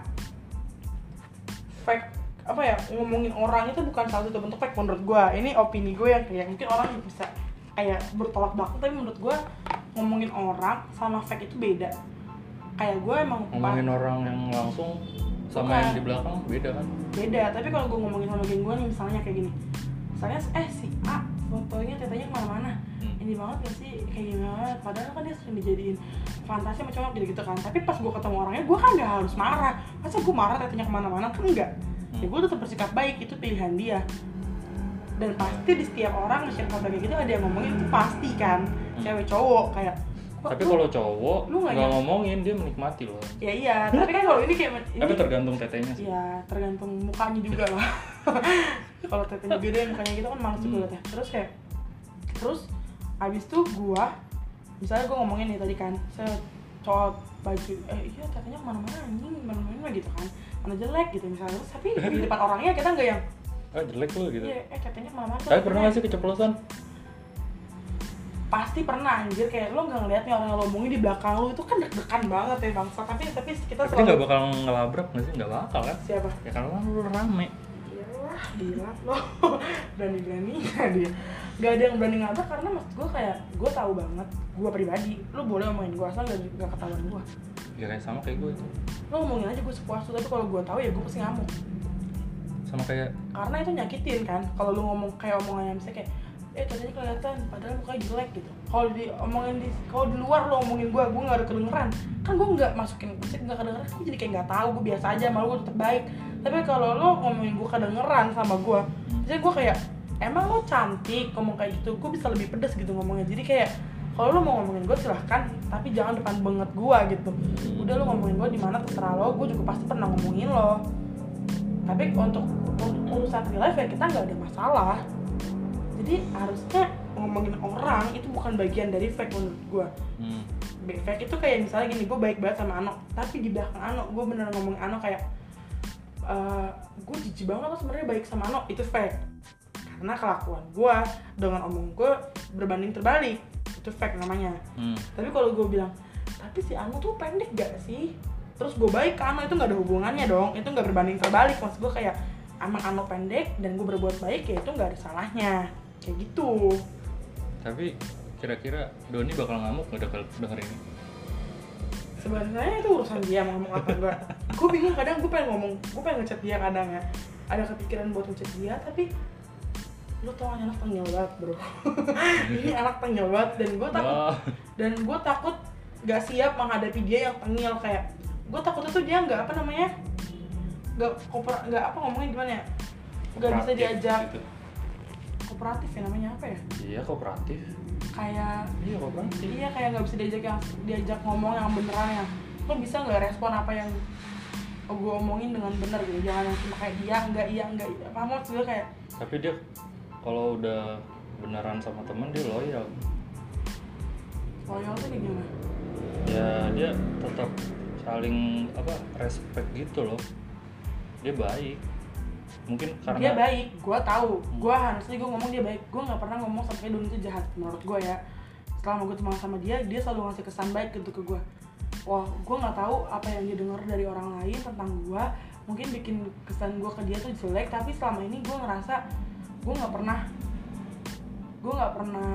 fake. Apa ya, ngomongin orang itu bukan salah satu bentuk fake menurut gue. Ini opini gue yang kayak mungkin orang bisa kayak bertolak belakang, tapi menurut gue ngomongin orang sama fake itu beda. Kayak gue emang ngomongin apa? Orang yang langsung sama bukan. Yang di belakang beda kan? Beda, tapi kalau gue ngomongin sama geng gue nih misalnya kayak gini, misalnya eh si A fotonya tetenya kemana-mana, hmm. ini banget gak sih kayak gimana, padahal kan dia sering dijadiin fantasi sama cowok gitu-gitu kan. Tapi pas gue ketemu orangnya gue kan gak harus marah, masa gue marah tetenya kemana-mana kan enggak. Ya gue tetap bersikap baik, itu pilihan dia. Dan pasti di setiap orang nge-share foto kayak gitu ada yang ngomongin, itu pasti kan, cewek cowok kayak. Tapi kalau cowok nggak ngomongin, dia menikmati loh. Ya iya, tapi kan kalau ini kayak ini, tapi tergantung tetenya sih. Iya, tergantung mukanya juga lah. Kalau tetenya gede, mukanya gitu kan males juga hmm. ya. Terus kayak, terus abis itu gua, misalnya gua ngomongin nih tadi kan, saya cowok baju, eh iya tetenya kemana-mana anjing, kemana-mana gitu kan, mana jelek gitu misalnya. Terus tapi di depan orangnya kita nggak yang, ah jelek lo gitu. Iya, eh tetenya kemana-mana. Tapi pernah nggak sih keceplosan? Pasti pernah anjir, kayak lo nggak ngeliat nih orang yang lo omongin di belakang lo, itu kan deg-degan banget ya bangsa. Tapi tapi kita tapi selalu nggak bakal ngelabrak nggak sih? Nggak bakal kan? Siapa? Ya karena lo rame. Iyalah, gila lo. Berani-berani nggak dia. Nggak ada yang berani ngabrak karena maksud gue kayak gue tahu banget gue pribadi. Lo boleh ngomongin gue asal nggak nggak ketahuan gue. Ya kayak sama kayak gue itu. Lo ngomongin aja gue sepuas lo, tapi kalau gue tahu ya gue pasti ngamuk. Sama kayak. Karena itu nyakitin kan. Kalau lo ngomong kayak omongannya misalnya kayak, eh katanya kelihatan padahal mukanya jelek gitu. Kalau di omongin di kalau di luar lo omongin gue, gue nggak ada kedengeran kan, gue nggak masukin musik nggak kedengeran, gue jadi kayak nggak tahu, gue biasa aja, malu gue tetap baik. Tapi kalau lo ngomongin gue kedengeran sama gue, jadi gue kayak emang lo cantik ngomong kayak gitu, gue bisa lebih pedes gitu ngomongnya. Jadi kayak kalau lo mau ngomongin gue silahkan, tapi jangan depan banget gue gitu. Udah lo ngomongin gue di mana terserah lo, gue juga pasti pernah ngomongin lo. Tapi untuk untuk urusan real life ya kita nggak ada masalah. Jadi harusnya ngomongin orang itu bukan bagian dari fake menurut gue. Hmm. Fake itu kayak misalnya gini, gue baik banget sama Ano, tapi di belakang Ano gue bener ngomongin Ano kayak uh, gue jijik banget lo sebenarnya baik sama Ano, itu fake. Karena kelakuan gue dengan omong gue berbanding terbalik, itu fake namanya. Hmm. Tapi kalau gue bilang, tapi si Ano tuh pendek gak sih? Terus gue baik ke Ano, itu gak ada hubungannya dong, itu gak berbanding terbalik. Maksud gue kayak emang Ano pendek dan gue berbuat baik ya itu gak ada salahnya. Kayak gitu. Tapi kira-kira Doni bakal ngamuk nggak denger, denger ini? Sebenarnya itu urusan dia mau ngomong apa enggak. Gue bingung kadang, gue pengen ngomong, gue pengen ngechat dia kadang ya. Ada kepikiran buat ngechat dia, tapi lo tau anak tengil banget bro. Ini anak tengil banget dan gue takut oh. dan gue takut nggak siap menghadapi dia yang tengil. Kayak gue takutnya tuh dia nggak apa namanya, nggak koper, nggak apa ngomongin gimana ya, nggak bisa diajak. Gitu. Kooperatif ya namanya apa ya? Iya kooperatif. Kayak iya kooperatif. Iya kayak nggak bisa diajak yang diajak ngomong yang beneran ya. Lo bisa nggak respon apa yang oh, gue omongin dengan bener gitu? Jangan yang cuma kayak iya enggak iya enggak. Paham maksudnya kayak. Tapi dia kalau udah beneran sama temen dia loyal. Loyal tuh gimana? Ya dia tetap saling apa respect gitu loh. Dia baik. Mungkin karena dia baik, gue tahu, gue harusnya gue ngomong dia baik, gue nggak pernah ngomong sampai Doni itu jahat menurut gue ya. Selama gue teman sama dia, dia selalu ngasih kesan baik gitu ke gue. Wah, gue nggak tahu apa yang dia dengar dari orang lain tentang gue, mungkin bikin kesan gue ke dia tuh jelek, tapi selama ini gue ngerasa gue nggak pernah, gue nggak pernah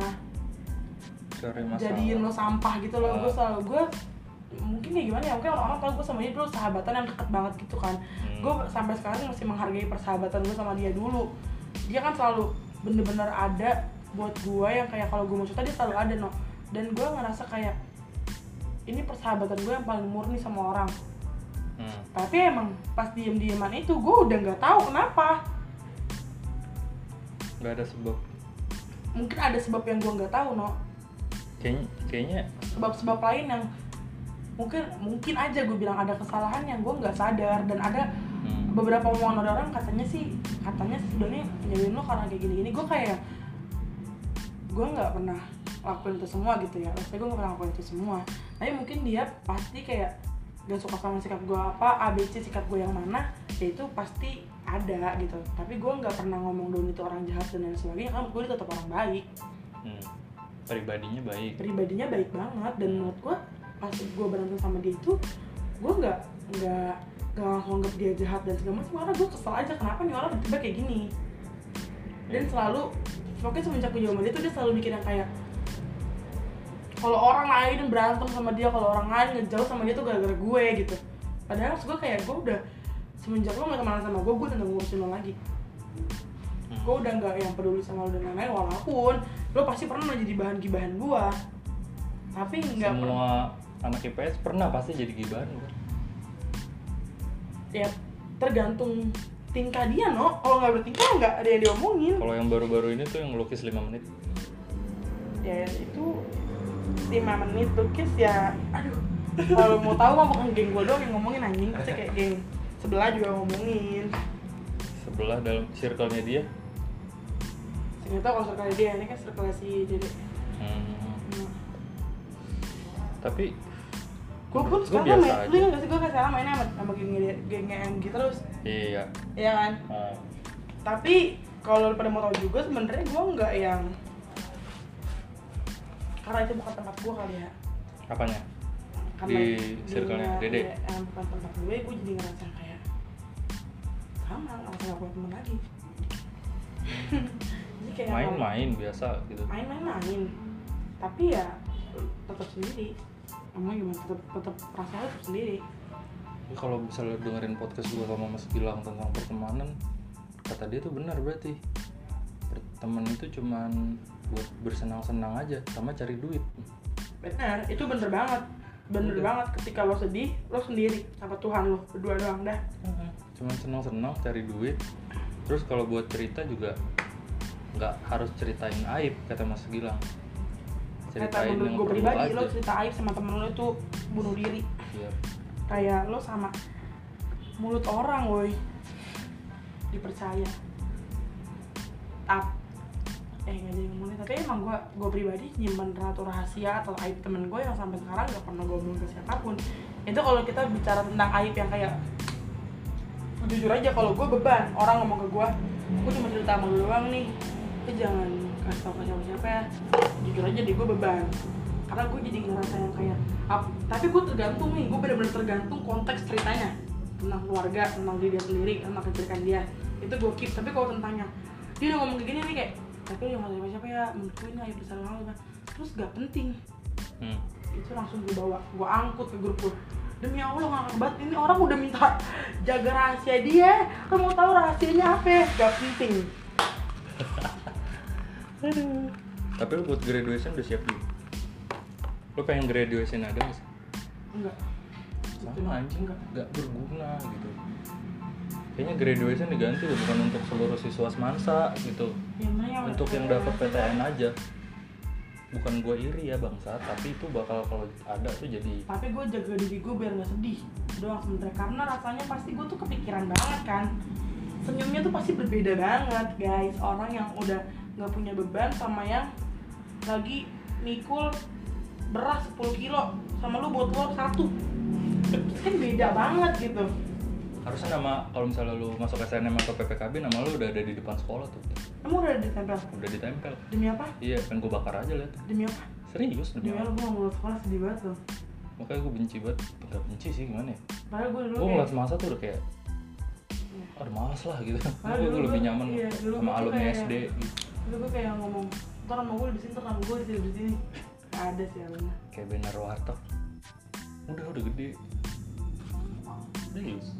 jadiin lo sampah gitu loh. Gue selalu gue mungkin kayak gimana ya, mungkin orang-orang tau gue sama dia dulu sahabatan yang deket banget gitu kan. hmm. Gue sampai sekarang masih menghargai persahabatan gue sama dia dulu. Dia kan selalu bener-bener ada buat gue, yang kayak kalau gue mau cerita dia selalu ada no. Dan gue ngerasa kayak ini persahabatan gue yang paling murni sama orang. hmm. Tapi emang pas diem-dieman itu gue udah gak tahu kenapa. Gak ada sebab. Mungkin ada sebab yang gue gak tahu no. Kayaknya, kayaknya sebab-sebab lain yang mungkin mungkin aja gue bilang ada kesalahan yang gue nggak sadar. Dan ada hmm. beberapa omongan ada orang katanya sih katanya sih Doni nyariin lo karena kayak gini-gini. Gue kayak gue nggak pernah lakuin itu semua gitu ya. Maksudnya gue nggak pernah lakuin itu semua. Tapi mungkin dia pasti kayak gak suka sama sikap gue apa A B C sikap gue yang mana ya itu pasti ada gitu. Tapi gue nggak pernah ngomong Doni itu orang jahat dan lain sebagainya. Kan gue tetap orang baik. hmm. Pribadinya baik. Pribadinya baik banget. Dan menurut gue pas gue berantem sama dia itu gue nggak nggak nggak langsung anggap dia jahat dan segala macam, karena gue kesel aja kenapa nih orang tiba-tiba kayak gini. Dan selalu pokoknya semenjak gue jauh sama dia tuh dia selalu mikir yang kayak kalau orang lain berantem sama dia, kalau orang lain ngejauh sama dia tuh gara-gara gue gitu. Padahal maksud gue kayak gue udah semenjak lo nggak temenan sama gue, gue udah nggak ngurusin lo lagi. hmm. Gue udah nggak yang peduli sama lo dan lain-lain, walaupun lo lo pasti pernah jadi bahan gibahan gua. Tapi nggak semua pernah. Anak I P S pernah pasti jadi gibahan kan? Ya tergantung tingkah dia, no. Kalau nggak bertingkah nggak ada yang diomongin. Kalau yang baru-baru ini tuh yang lukis lima menit. Ya itu lima menit lukis ya, aduh. Kalau mau tahu mah bukan geng gue doang yang ngomongin anjing, pasti kayak geng sebelah juga ngomongin. Sebelah dalam circle-nya dia? Ternyata kalau circle dia, ini kan circle si Dede. Hmm. Hmm. Tapi gue pun sekarang main, lu ingat gak sih gue kan sekarang mainnya sama, sama geng-geng geng M G terus. Iya. Iya kan? Hmm. Tapi kalau pada mau tahu juga sebenarnya gue nggak yang, karena itu bukan tempat gue kali ya. Apanya? Karena di circle-nya Dede? Ya, yang bukan tempat gue, gue jadi ngerasa kayak sama, ngerasa gak punya temen lagi. Jadi kayak main-main biasa gitu. Main-main-main, tapi ya tetap sendiri. Emang gimana? Tetap tetap rasanya tetap sendiri. Jadi kalau misalnya dengerin podcast gue sama Mas Gilang tentang pertemanan, kata dia tuh benar berarti. Teman itu cuman buat bersenang-senang aja sama cari duit. Benar, itu bener banget. Bener Udah. banget, ketika lo sedih, lo sendiri sama Tuhan lo, berdua doang dah. Cuman senang-senang cari duit. Terus kalau buat cerita juga nggak harus ceritain aib, kata Mas Gilang. Ceritain menurut yang gue perlu pribadi, aja. lo cerita aib sama temen lo itu bunuh diri. Iya. Kayak lo sama mulut orang, woy, dipercaya. Tap, eh nggak jadi ngomongin. Tapi emang gue, gue pribadi nyimpen satu rahasia atau aib temen gue yang sampai sekarang nggak pernah gue omongin ke siapapun. Itu kalau kita bicara tentang aib yang kayak, jujur aja kalau gue beban orang ngomong ke gue, gue cuma cerita sama lu doang nih, lu jangan kasih tau ke siapa-siapa ya. Jujur aja deh, gue beban. Karena gue jadi ngerasa yang kayak up. Tapi gue tergantung nih, gue benar-benar tergantung konteks ceritanya. Tentang keluarga, tentang diri dia sendiri, tentang keceritaan dia, itu gue keep. Tapi kalau tentangnya dia udah ngomong kayak gini nih, kayak tapi lu jangan siapa-siapa ya, menurut gue ini aib besar banget. Terus gak penting. Hmm. Itu langsung gue bawa, gue angkut ke grup gue. Demi Allah ngakak banget, ini orang udah minta jaga rahasia dia, kan mau tahu rahasianya apa? Gak penting. Tapi lu buat graduation udah siap belum? Lu pengen graduation ada nggak sih? Enggak. Sama anjing, nggak berguna gitu. Kayaknya graduation diganti loh, bukan untuk seluruh siswa semansa gitu. Ya, yang untuk yang dapat P T N aja. Bukan gue iri ya bangsa, tapi itu bakal kalau ada tuh jadi. Tapi gue jaga diri gue biar nggak sedih doang sebenernya, karena rasanya pasti gue tuh kepikiran banget kan. Senyumnya tuh pasti berbeda banget guys, orang yang udah nggak punya beban sama yang lagi mikul beras sepuluh kilo sama lu buat telur satu, kan beda banget gitu. Harusnya nama, kalau misalnya lu masuk S N M atau P P K B, nama lu udah ada di depan sekolah tuh. Emang udah ditempel? Udah ditempel. Demi apa? Iya, kan gue bakar aja liat. Demi apa? Serius demi Demi apa? apa? Gue gak mau sekolah, sedih banget loh. Makanya gue benci banget, nggak benci sih gimana ya? Padahal gue dulu Gue kayak ngeliat semasa tuh udah kayak, iya. aduh malas lah gitu. Padahal Gue dulu lebih gua- nyaman iya, dulu sama gua tuh alumni kayak- S D gitu. Dulu gue kayak ngomong, ntar nama gue di sini, ntar nama gue di sini, di sini. Gak ada sih alumni. Kayak benar warteg. Udah udah gede. Serius.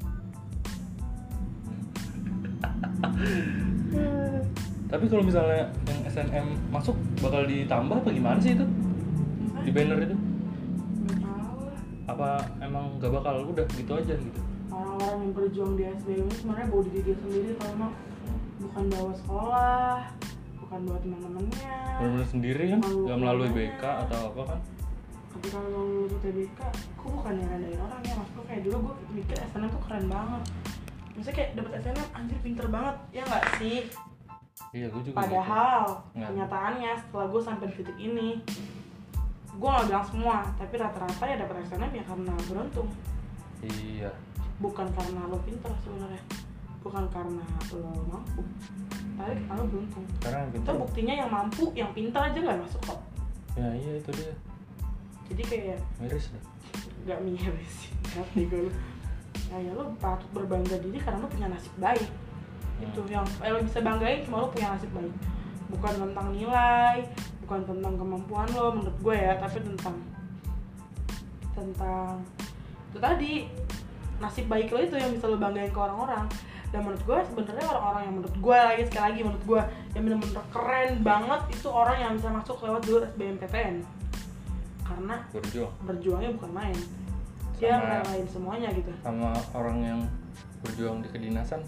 Tapi kalau misalnya yang S N M masuk bakal ditambah apa gimana sih itu? Di banner itu? Gak tau lah. Apa emang gak bakal udah gitu aja gitu? Orang-orang yang berjuang di S B M ini sebenarnya bawa diri dia sendiri, kalau mau bukan bawa sekolah, bukan bawa teman-temannya. Bener-bener sendiri kan? Malu Gak melalui B K keluarganya. atau apa kan? Ketika lo lulus U T B K, gue bukan yang rendahin orang ya, maksud gue kayak dulu gue mikir S N M tuh keren banget. Maksudnya kayak dapet S N M anjir pinter banget, ya nggak sih? Iya gue juga Padahal gitu. Nggak. kenyataannya setelah gue sampai di titik ini, gue nggak bilang semua, tapi rata-rata ya dapet S N M ya karena beruntung, Iya. bukan karena lo pinter sebenarnya, bukan karena lo mampu, tapi karena lo beruntung. Karena yang Itu pintar. buktinya yang mampu, yang pinter aja nggak masuk kok. Ya iya itu dia. Jadi kayak Miris dah. nggak miris sih, hati gue. Nah ya lo patut berbangga diri karena lo punya nasib baik. Itu yang eh, lo bisa banggain cuma lo punya nasib baik, bukan tentang nilai, bukan tentang kemampuan lo menurut gue ya, tapi tentang tentang itu tadi, nasib baik lo itu yang bisa lo banggain ke orang-orang. Dan menurut gue sebenarnya orang-orang yang menurut gue lagi sekali lagi menurut gue yang benar-benar keren banget itu orang yang bisa masuk lewat jalur S B M P T N. Karena berjuang. Berjuangnya bukan main. Dia ngelain semuanya gitu. Sama orang yang berjuang di kedinasan.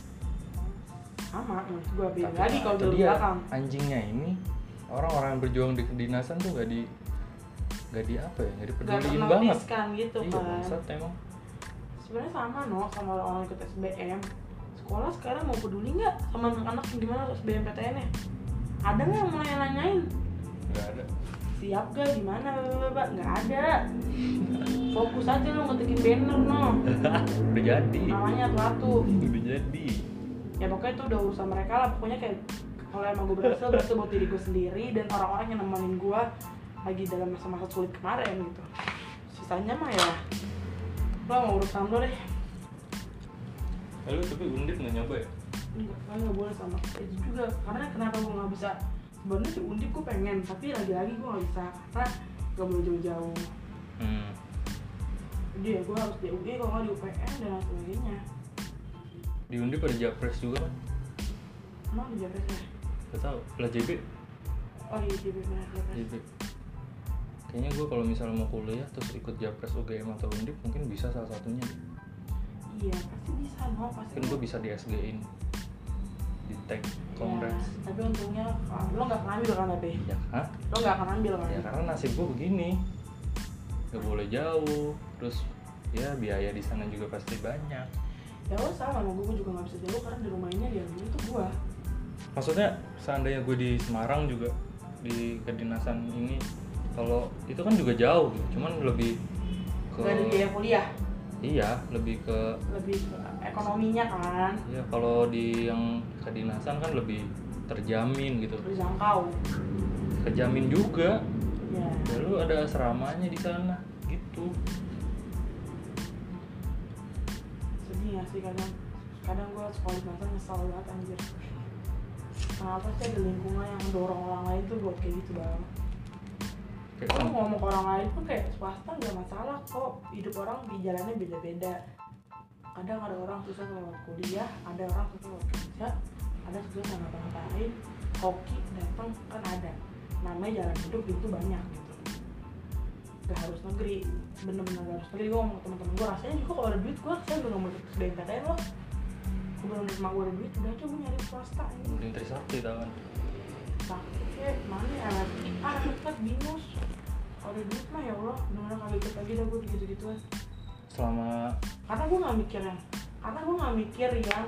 Sama menurut gue beda lagi kalau di belakang. Anjingnya ini orang-orang yang berjuang di kedinasan tuh gak di gak di apa ya, gak dipeduliin banget kan gitu iya, kan. Bangsat emang. Sebenarnya sama no sama orang-orang ikut S B M. Sekolah sekarang mau peduli nggak sama anak-anak yang gimana S B M P T N-nya? Ada nggak yang mau nanya-nanyain? Nggak ada. Siap gak gimana bapak? Nggak ada. Fokus aja lo ngetikin banner no. Udah jadi. Namanya satu. Udah jadi. Ya pokoknya itu udah urusan mereka lah. Pokoknya kayak kalau emang gue berhasil berarti buat diri gue sendiri dan orang-orang yang nemenin gue lagi dalam masa-masa sulit kemarin gitu. Sisanya mah ya lo mau urusan lo deh. Lalu tapi Undip nggak nyoba ya? Enggak, kan nggak boleh sama itu juga. Karena kenapa gue nggak bisa? Sebenarnya di Undip gue pengen, tapi lagi-lagi gue nggak bisa karena nggak boleh jauh-jauh. Hmm. Jadi ya gue harus di U I kalau nggak di U P N dan lain sebagainya. Di Undip ada Japres juga kan? Emang di Japresnya? Gak tau. Lah J B? Oh iya J B benar Japres. J B. Kayaknya gue kalau misalnya mau kuliah terus ikut Japres U G M atau Undip mungkin bisa salah satunya. Iya pasti bisa no pasti. Kan gue bisa di S G-in di tag kongres. Ya, tapi untungnya lo nggak akan ambil kan tapi? Ya, hah? Lo nggak akan ambil kan? Ya karena nasib gue begini, gak boleh jauh, terus ya biaya di sana juga pasti banyak. Ya lo sama sama gue, gue juga nggak bisa jauh karena di rumah ini dia dulu tuh gue. Maksudnya seandainya gue di Semarang juga di kedinasan ini, kalau itu kan juga jauh, cuman lebih ke. Gak ada biaya kuliah. Iya, lebih ke lebih ke ekonominya kan. Iya, kalau di yang kedinasan kan lebih terjamin gitu. Terjangkau. Kejamin juga. Ya. Ya lu ada asramanya di sana gitu. Sedih ya sih kadang. Kadang gue sekolah di sana nyesal banget anjir. Kenapa sih ada lingkungan yang mendorong orang lain tuh buat kayak gitu bang? Kalau ngomong ke orang lain pun kayak swasta nggak masalah kok, hidup orang di jalannya beda-beda. Kadang ada orang susah lewat kuliah, ada orang susah lewat kerja, ada susah nggak ngapa-ngapain, hoki datang kan ada. Namanya jalan hidup itu banyak gitu. Gak harus negeri, bener-bener gak harus negeri. Gue ngomong ke teman-teman gue, rasanya juga kalau ada duit gue rasanya udah nggak mau ikut S B M P T N loh. Gue bener-bener mak gue ada duit, udah aja gue nyari swasta ini. Mending Trisakti tau kan? Sakit ya, mana ya, ah dekat binus. Kalau ada duit mah ya Allah, bener-bener gak ikut lagi dah gue gitu-gituan. Selama Karena gue gak mikir yang Karena gue gak mikir yang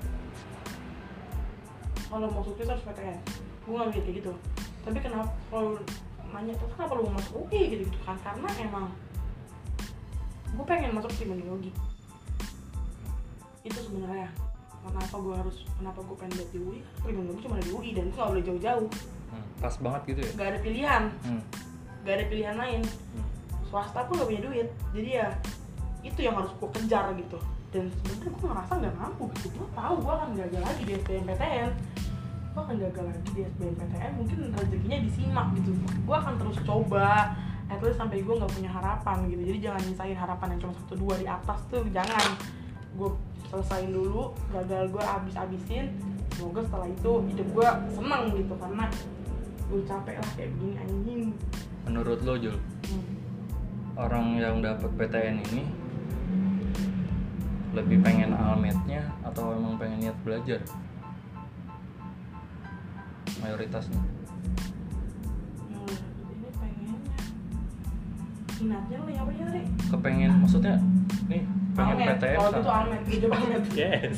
kalau mau sukses harus P T N. Gue gak mikir kayak gitu. Tapi kenapa kalau nanya terus kenapa lu mau masuk U I gitu-gitu kan? Karena emang gue pengen masuk kriminologi. Itu sebenarnya kenapa gue harus kenapa gue pengen buat di U I. Kriminologi cuma ada di U I dan gue gak boleh jauh-jauh. hmm, pas banget gitu ya? Gak ada pilihan. Hmm. Gak ada pilihan lain. Hmm. Swasta pun gak punya duit. Jadi ya itu yang harus gue kejar gitu. Dan sebenarnya gue ngerasa gak mampu gitu. Gue tahu gue akan gagal lagi di S B M P T N. Gue akan gagal lagi di S B M P T N. Mungkin rezekinya disimak gitu. Gue akan terus coba. At least sampai gue gak punya harapan gitu. Jadi jangan nyisain harapan yang cuma satu dua di atas tuh. Jangan. Gue selesain dulu. Gagal gue abis-abisin. Semoga setelah itu hidup gue seneng gitu. Karena gue capek lah kayak begini anjing. Menurut lo Jul, hmm. orang yang dapat P T N ini lebih pengen almetnya atau emang pengen niat belajar? Mayoritasnya. Nah, ini pengennya. Minatnya lo yang apa ya tadi? Kepengen, maksudnya nih pengen almet. P T N. Oh itu almet, gitu almet. Yes.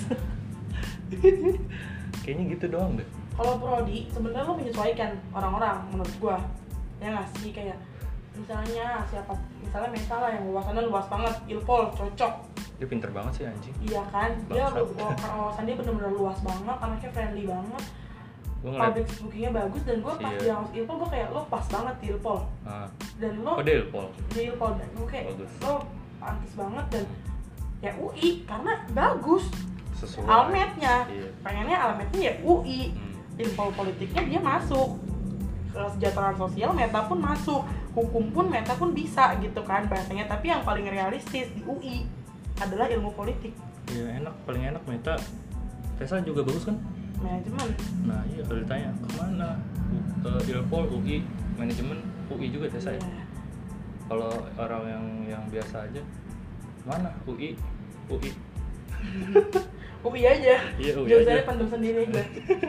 Kayaknya gitu doang deh. Kalau prodi sebenarnya lo menyesuaikan orang-orang menurut gua. Ya nggak sih, kayak misalnya siapa misalnya Meta lah yang wawasannya luas banget, Ilpol cocok. Dia pinter banget sih anjing. Iya kan, dia wawasan dia bener-bener luas banget, anaknya friendly banget, public speakingnya bagus. Dan gue pas iya. di Ilpol gue kayak lo pas banget di Ilpol. Ah. Dan lo oh, di Ilpol di Ilpol dan gue kayak bagus. Lo pantas banget. Dan ya U I karena bagus sesuai almetnya, iya. pengennya almetnya ya U I. hmm. Ilpol politiknya dia masuk, kesejahteraan sosial Meta pun masuk, hukum pun Meta pun bisa gitu kan bahasanya. Tapi yang paling realistis di U I adalah ilmu politik. Iya enak, paling enak Meta. Tesa juga bagus kan? Manajemen. Nah iya kalau ditanya kemana, uh, Ilpol, U I, manajemen, U I juga Tesa ya. Iya. Kalau orang yang yang biasa aja, mana U I, U I. U I aja. Iya U I jurusannya aja. pendem sendiri gue.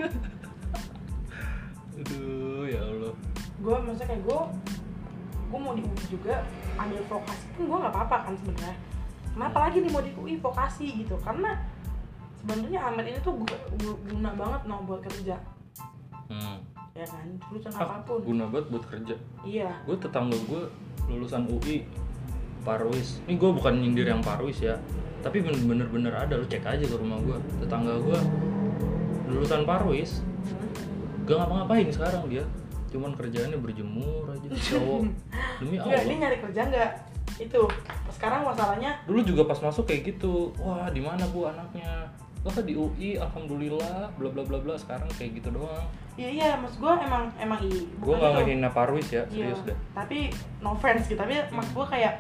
Aduh ya Allah. Gue maksudnya kayak gue, gue mau di U I juga ambil vokasi pun gue nggak apa-apa kan sebenarnya. Kenapa lagi nih mau di U I vokasi gitu? Karena sebenarnya Amet ini tuh guna banget no buat kerja. Hmm. Ya kan, jurusan Ah, apapun. guna banget buat kerja. Iya. Gue tetangga gue lulusan U I Parwis. Ini gue bukan nyindir yang Parwis ya, tapi bener-bener ada, lu cek aja ke rumah gue. Tetangga gue lulusan Parwis, gak ngapa-ngapain sekarang dia. Cuman kerjaannya berjemur aja, cowok. Demi Enggak, Allah. ini nyari kerja enggak? Itu. Sekarang masalahnya Dulu juga pas masuk kayak gitu. Wah, di mana Bu anaknya? Lo kan di U I, alhamdulillah, bla bla bla bla. Sekarang kayak gitu doang. Iya iya, maksud gue emang emang i. Gue gak ngehina Parwis ya, Iya, serius deh. tapi no offense gitu, tapi maksud gue kayak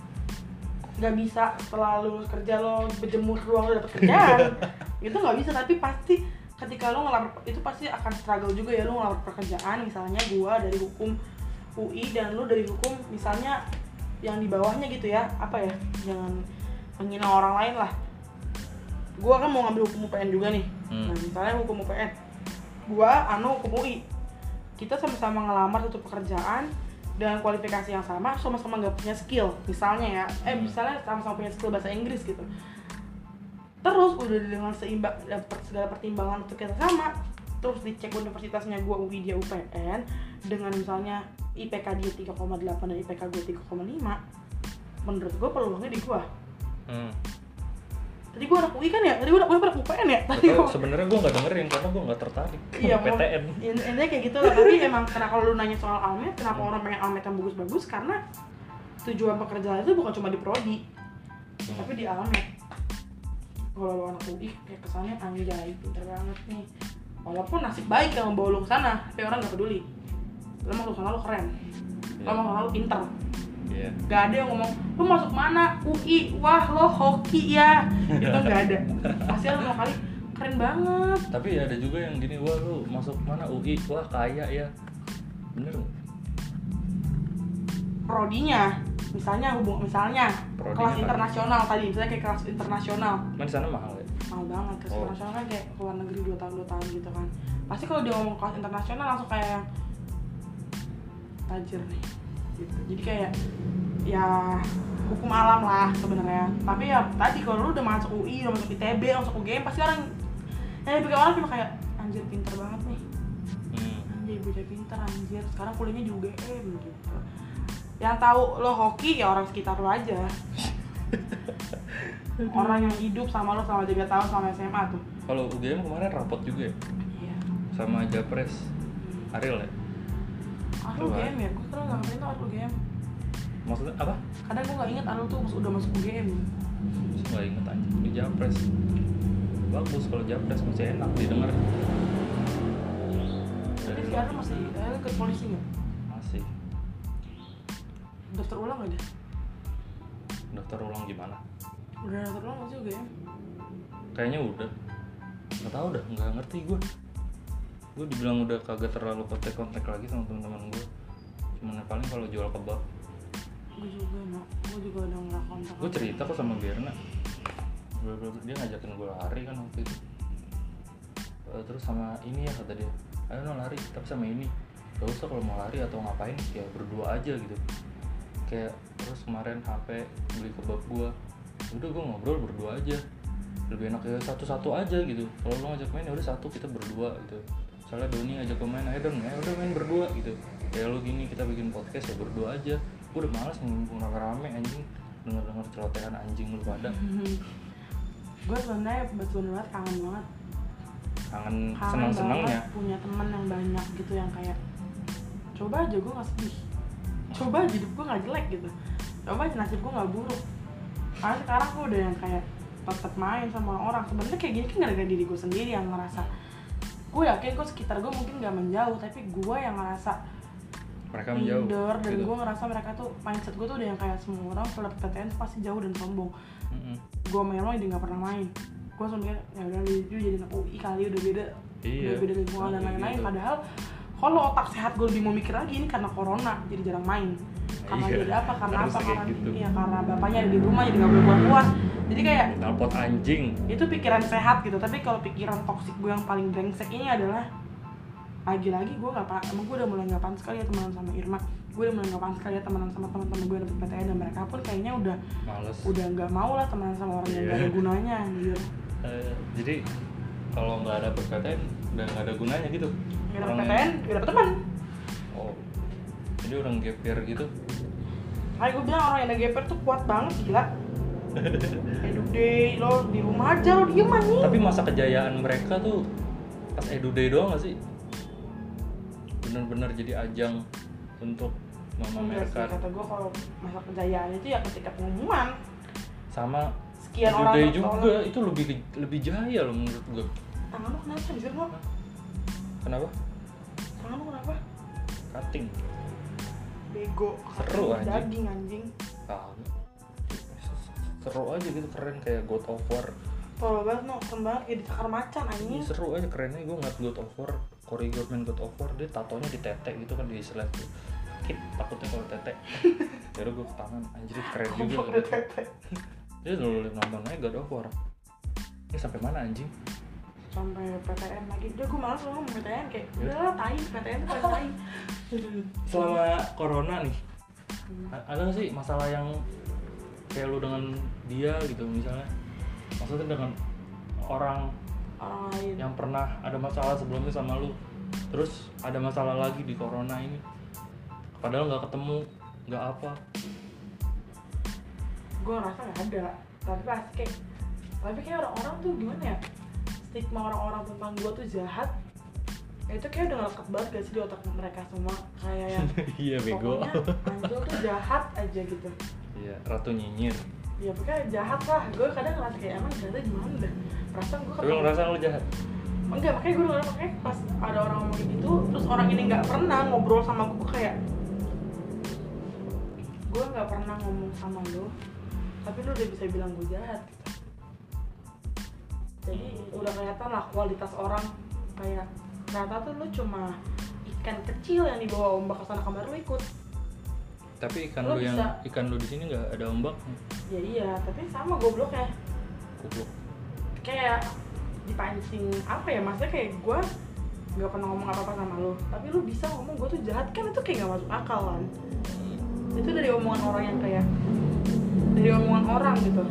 nggak bisa setelah lulus kerja lo berjemur doang lo dapet kerjaan. Itu nggak bisa, tapi pasti ketika lo ngelamar itu pasti akan struggle juga ya, lo ngelamar pekerjaan. Misalnya gue dari hukum U I dan lo dari hukum misalnya yang di bawahnya gitu ya, apa ya, jangan menghina orang lain lah. Gue kan mau ngambil hukum U P N juga nih. Hmm. Nah misalnya hukum U P N, gua anu hukum U I, kita sama-sama ngelamar satu pekerjaan dengan kualifikasi yang sama, sama-sama nggak punya skill misalnya ya, eh misalnya sama-sama punya skill bahasa Inggris gitu, terus udah dengan seimbang segala pertimbangan untuk kita sama, terus dicek universitasnya gua U I dia U P N dengan misalnya I P K dia tiga koma delapan dan I P K gua tiga koma lima, menurut gua peluangnya di gua. Hmm. Tadi gue anak U I kan ya? Tadi gue anak U I anak U P N ya? Tadi Betul, gua... sebenarnya gue nggak dengerin karena gue nggak tertarik. Iya, P T N. Intinya kayak gitu lah. Tapi emang karena kalau lu nanya soal Almet, kenapa orang pengen Almet yang bagus-bagus? Karena tujuan pekerjaan itu bukan cuma di prodi, hmm. tapi di Almet. Kalau lu anak U I, kayak kesannya anjay, pinter banget nih. Walaupun nasib baik yang membawa lu ke sana, tapi orang nggak peduli. Lu masuk sana lu keren, lu masuk sana lu pinter. Yeah. Gak ada yang ngomong, lu masuk mana? U I, wah lo hoki ya. Itu gak ada. Pasti lu mau kali keren banget. Tapi ada juga yang gini, wah lu masuk mana U I, wah kaya ya. Bener nggak? Prodinya, misalnya hubung misalnya Prodinya kelas kan? Internasional tadi, misalnya kayak kelas internasional. Cuman di sana mahal ya. Mahal banget, kelas Oh. internasional kan kayak keluar negeri dua tahun dua tahun gitu kan. Pasti kalau dia ngomong kelas internasional langsung kayak yang tajir nih. Gitu. Jadi kayak ya hukum alam lah sebenarnya. Tapi ya tadi kalau lu udah masuk U I, udah masuk I T B, masuk U G M, pasti orang yang dipikir orang cuma kayak anjir pinter banget nih. Hmm. Anjir bocah pinter anjir. Sekarang kuliahnya di U G M gitu. Yang tahu lo hoki ya orang sekitar lo aja. Orang yang hidup sama lo selama tiga tahun sama S M A tuh. Kalau U G M kemarin rapot juga ya? Iya. Sama Japres. Hmm. Ariel ya? Arul U G M ya? Gue sekarang gak ngerti tuh Arul U G M. Maksudnya apa? Kadang gue gak inget Arul tuh udah masuk U G M. Terus gak inget aja, di Japres. Bagus kalau Japres, masih enak didengar. Tapi si Arul masih, Arul ke polisi gak? Masih. Daftar ulang gak dia? Daftar ulang gimana? Udah daftar ulang gak sih U G M? Kayaknya udah. Gak tau dah, gak ngerti gue. Gue dibilang udah kagak terlalu kontak-kontak lagi sama teman-teman gue. Cuman paling kalau jual kebab. Gue juga mak, gue juga udah nggak kontak. Gue cerita kok sama Berna. Dia ngajakin gue lari kan waktu itu. Uh, terus sama ini ya kata dia, ayo no lari, tapi sama ini. Gak usah kalau mau lari atau ngapain, ya berdua aja gitu. Kayak terus kemarin H P beli kebab gue. Udah gue ngobrol berdua aja. Lebih enak ya satu-satu aja gitu. Kalau lo ngajak main ya udah satu, kita berdua gitu. Soalnya Doni ngajak gue main, ayo dong, ya udah main berdua gitu. Kayak lo gini kita bikin podcast ya berdua aja. Gue udah malas ngumpul rame-rame anjing, denger-denger celotehan anjing lu pada. Gue sebenarnya betul banget kangen banget. Kangen, Kangen senang-senangnya. banget punya teman yang banyak gitu yang kayak coba aja gue nggak sedih, coba aja hidup gue nggak jelek gitu, coba aja nasib gue nggak buruk. Karena sekarang gue udah yang kayak tetap main sama orang. Sebenarnya kayak gini kan gara-gara diri gue sendiri yang ngerasa. Gue yakin kok sekitar gue mungkin nggak menjauh, tapi gue yang ngerasa mereka menjauh minder, dan gitu. gue ngerasa mereka tuh mindset gue tuh udah yang kayak semua orang kalau dapet P T N pasti jauh dan sombong. Mm-hmm. Gue sama Irma jadi nggak pernah main. Gue langsung mikir ya udah dia jadi anak U I kali, udah beda, iya, udah beda lingkungan dan lain-lain. gitu. Padahal kalau otak sehat gue lebih mau mikir lagi ini karena corona jadi jarang main. Karena iya. jadi apa? Karena Harus apa? kayak Karena gitu. iya karena bapaknya ada di rumah jadi nggak boleh keluar. Jadi kayak nalpot anjing. Itu pikiran sehat gitu. Tapi kalau pikiran toksik gue yang paling brengsek ini adalah lagi-lagi gue nggak pak, emang gue udah mulai nggak pantas sekali ya temenan sama Irma. Gue udah mulai nggak pantas sekali ya temenan sama teman-teman gue yang dapet P T N, dan mereka pun kayaknya udah males. Udah nggak mau lah temenan sama orang yang nggak ada gunanya gitu. Uh, jadi kalau nggak ada P T N udah nggak ada gunanya gitu. Nggak dapet P T N, nggak dapet teman. Oh, jadi orang gap year gitu. Kayak gue bilang orang yang ada gap year tuh kuat banget gila. Edu Day lo di rumah aja lo diem aja. Tapi masa kejayaan mereka tuh pas Edu Day doang nggak sih? Bener-bener jadi ajang untuk memamerkan. Kata gue kalau masa kejayaan itu ya ketika pengumuman. Sama sekian Edu orang Day juga orang. Itu lebih lebih jaya loh menurut gue. Tangan lo kenapa anjir lo? Kenapa? Tangan lo kenapa? Cutting. Bego. Seru anjing. Daging anjing. Ah, seru aja gitu, keren kayak God of War. Tolol banget no, keren banget kayak dicakar macan anjing. Ini seru aja, kerennya gue ngeliat God of War, koridor main God of War, dia tatonya di tete gitu kan, di selek tuh. Kit takutnya kalau tete. Jadi gue ke tangan, anjir keren juga. Kompok tete. Dia dulu nonton aja God of War. Ini sampai mana anjing? Sampai P T N lagi. Udah gue malas ngomong P T N kayak udah tai, P T N tuh paling tai. Selama corona nih, hmm. ada gak sih masalah yang kayak lu dengan dia gitu misalnya? Maksudnya dengan orang orang lain yang pernah ada masalah sebelumnya sama lu, terus ada masalah lagi di corona ini, padahal nggak ketemu, nggak apa? Gue ngerasa nggak ada, tapi pasti kayak, tapi kayak orang-orang tuh gimana ya, stigma orang-orang tentang gue tuh jahat, itu kayak udah ngelekat banget gak sih di otak mereka semua, kayak yang iya bego. Pokoknya Anjol tuh jahat aja gitu. Iya, ratu nyinyir. Ya pokoknya jahat lah, gue kadang ngerasa kayak emang jahatnya gimana dah, perasaan gue tapi lu ngerasa lu jahat? Enggak, makanya gue ngerasa makanya pas ada orang ngomong gitu, terus orang ini nggak pernah ngobrol sama gue kayak, gue nggak pernah ngomong sama lo, tapi lu udah bisa bilang gue jahat gitu. Jadi udah kelihatan lah kualitas orang, kayak ternyata tuh lu cuma ikan kecil yang dibawa ombak ke sana kemari lu ikut. Tapi ikan lu lu yang bisa, ikan lu di sini nggak ada ombak? Ya iya, tapi sama gobloknya. Goblok. Kayak dipancing apa ya, maksudnya kayak gue nggak pernah ngomong apa-apa sama lo, tapi lu bisa ngomong gue tuh jahat, kan itu kayak nggak masuk akal kan. Itu dari omongan orang yang kayak dari omongan orang gitu.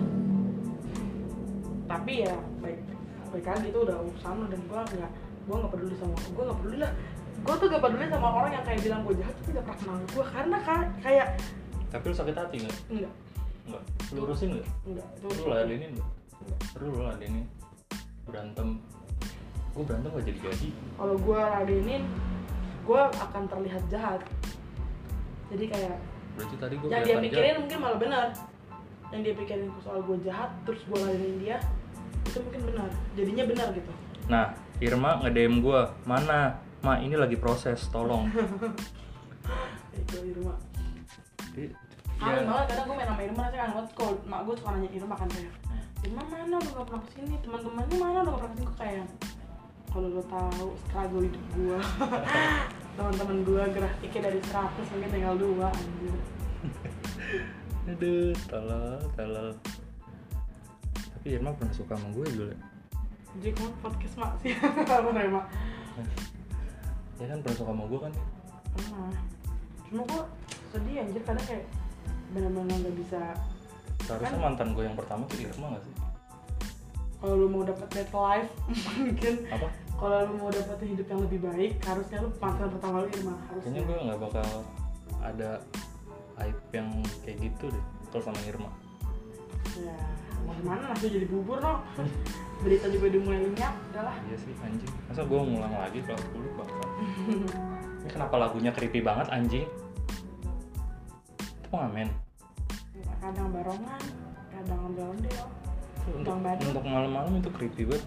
Tapi ya baik baik aja itu udah urusan lo, dan gue nggak gue nggak peduli sama gue nggak peduli lah gue tuh gak peduli sama orang yang kayak bilang gue jahat tapi gak pernah kenal gue, karena kan kayak. Tapi lu sakit hati nggak? Enggak. Enggak. Lu urusin nggak? Enggak. Lu ladenin nggak? Lu lu ladenin berantem. Gue berantem gak jadi-jadi. Kalau gue ladenin, gue akan terlihat jahat. Jadi kayak. Berarti tadi gue yang dia pikirin jahat. Mungkin malah benar. Yang dia pikirin soal gue jahat, terus gue ladenin dia, itu mungkin benar. Jadinya benar gitu. Nah, Irma nge-D M gue, mana? Ma, ini lagi proses, tolong. Itu Irma. Jadi, Aneh ya. banget, kadang gue main sama Irma, rasanya aneh banget. Kalau mak gue suka nanya Irma kan kayak, Irma mana udah gak pernah kesini, teman-temannya mana udah gak pernah kesini. Gue kayak, kalau lo tahu struggle hidup gue, teman-teman gue grafiknya dari seratus mungkin tinggal dua anjir. Aduh, tolol, tolol. Tapi Irma pernah suka sama gue juga. Jadi kamu podcast mak sih, apa Irma? Ya kan pernah suka sama gue kan? Pernah. Cuma gue sedih anjir, kadang kayak benar-benar gak bisa. Seharusnya kan mantan gue yang pertama tuh Irma gak sih? Kalau lu mau dapet dead life mungkin. Apa? Kalau lu mau dapet hidup yang lebih baik, harusnya lu mantan pertama lu Irma. Harusnya. Kayaknya gue gak bakal ada aib yang kayak gitu deh kalau sama Irma. Ya, mau gimana, langsung jadi bubur no. Berita juga udah mulai lenyap, udahlah. Iya sih anjing, masa gue ngulang lagi kelas sepuluh bangsa. Ini kenapa lagunya creepy banget anjing? Itu pengamen? Ya, kadang barongan, kadang ondel-ondel. Untuk, untuk malam-malam itu creepy banget.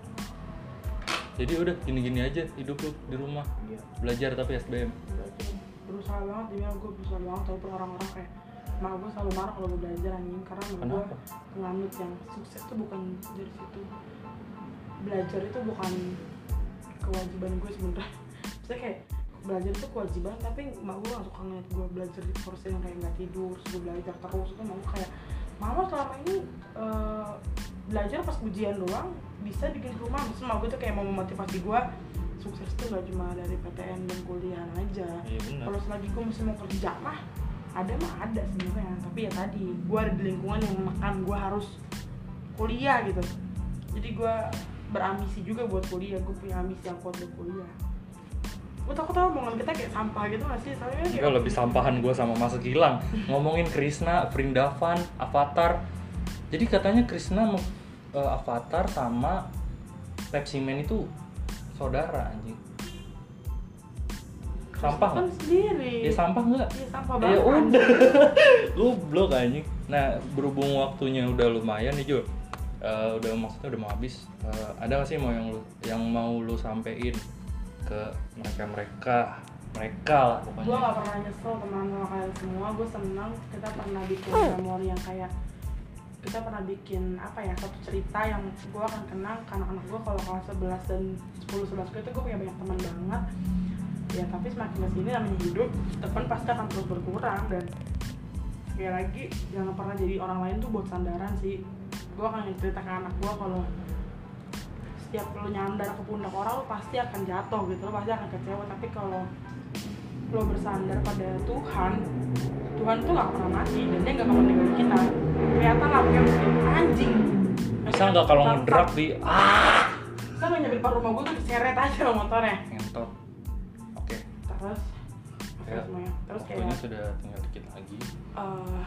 Jadi udah gini-gini aja hidup lu di rumah. Iya. Belajar tapi S B M. Belajar. berusaha banget dia bilang gue berusaha banget, walaupun orang-orang kayak mak gue selalu marah kalau gue belajar anjing, karena menurut gue penganut yang sukses tuh bukan dari situ. Belajar itu bukan kewajiban gue sebenarnya. Maksudnya kayak belajar itu kewajiban, tapi mak gue gak suka ngeliat gue belajar di kursi yang kayak gak tidur, terus gue belajar terus. Itu mak gue kayak, mama selama ini uh, belajar pas ujian doang, bisa bikin rumah. Terus mak gue tuh kayak mau memotivasi gue, sukses tuh gak cuma dari P T N dan kuliah aja. Iya, kalau selagi gue masih mau kerja mah, ada mah ada sebenarnya. Tapi ya tadi, gue ada di lingkungan yang menekan gue harus kuliah gitu. Jadi gue berambisi juga buat kuliah, gue punya ambisi yang kuat buat kuliah. Gue takut tau omongan kita kayak sampah gitu gak sih? Soalnya kayak lebih sampahan gue sama Mas Gilang ngomongin Krishna, Vrindavan, Avatar. Jadi katanya Krishna, uh, Avatar sama Pepsi Man itu saudara anjing. Sampah kan sendiri. Ya sampah nggak? Iya sampah banget. Ya udah, goblok anjing. Nah berhubung waktunya udah lumayan nih Jo, uh, udah maksudnya udah mau habis. Uh, ada nggak sih mau yang lu, yang mau lu sampein ke mereka mereka mereka lah pokoknya? Gue gak pernah nyesel teman sama kalian semua. Gue senang kita pernah bikin memori yang kayak kita pernah bikin apa ya, satu cerita yang gue akan kenang ke anak-anak gue kalau kelas sebelas dan sepuluh sebelas gue itu gue punya banyak teman banget ya. Tapi semakin kesini namanya hidup, teman pasti akan terus berkurang. Dan sekali lagi jangan pernah jadi orang lain tuh buat sandaran sih. Gue akan cerita ke anak gue kalau setiap lo nyandar ke pundak orang, lo pasti akan jatuh gitu, lo pasti akan kecewa. Tapi kalau lo bersandar pada Tuhan, Tuhan tuh gak pernah mati dan dia gak akan meninggalin kita. Kelihatan lah kayak mesin anjing. Bisa nggak kalau ngedrak di ah? Bisa nggak nyampe depan rumah gue tuh diseret aja motornya. Ngentot. Oke. Terus, Ya, semuanya. Terus waktunya kayak sudah tinggal dikit lagi. Uh,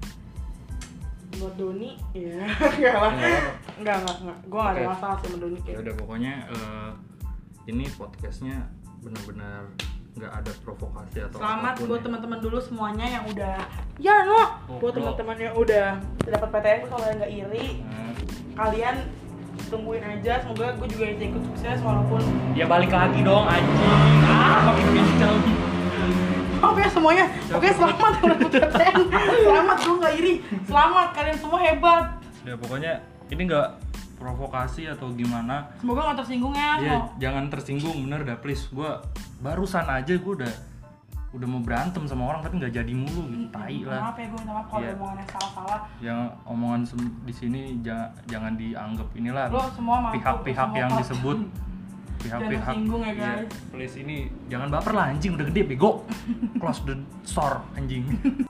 buat Doni, ya enggak lah. Enggak, enggak, enggak. Gue gak ada Okay. masalah sama Doni Ya kayak. udah pokoknya uh, ini podcastnya benar-benar nggak ada provokasi atau Selamat apapun buat ya. teman-teman dulu semuanya yang udah ya no, Oh, buat no. teman-teman yang udah dapat P T N, kalau kalian nggak iri, Nah, kalian tungguin aja. Semoga gue juga bisa ikut sukses walaupun dia balik lagi dong anjing. Ah, makin kenceng. oke semuanya, oke selamat dapat P T N, selamat, gue nggak iri, selamat, kalian semua hebat. Ya pokoknya ini nggak provokasi atau gimana. Semoga nggak tersinggung ya. Ya Mau- jangan tersinggung, bener dah please. Gua barusan aja gue udah udah mau berantem sama orang tapi nggak jadi mulu gitu. Tai lah. Maaf ya, gue minta maaf kalau Iya. omongannya salah-salah. Yang omongan sem- di sini jangan jangan dianggap inilah Lo semua mampu, pihak-pihak semua yang paham. disebut pihak-pihak. Jangan tersinggung ya, Iya, guys. please ini jangan baper lah anjing, udah gede bego. Close the store anjing.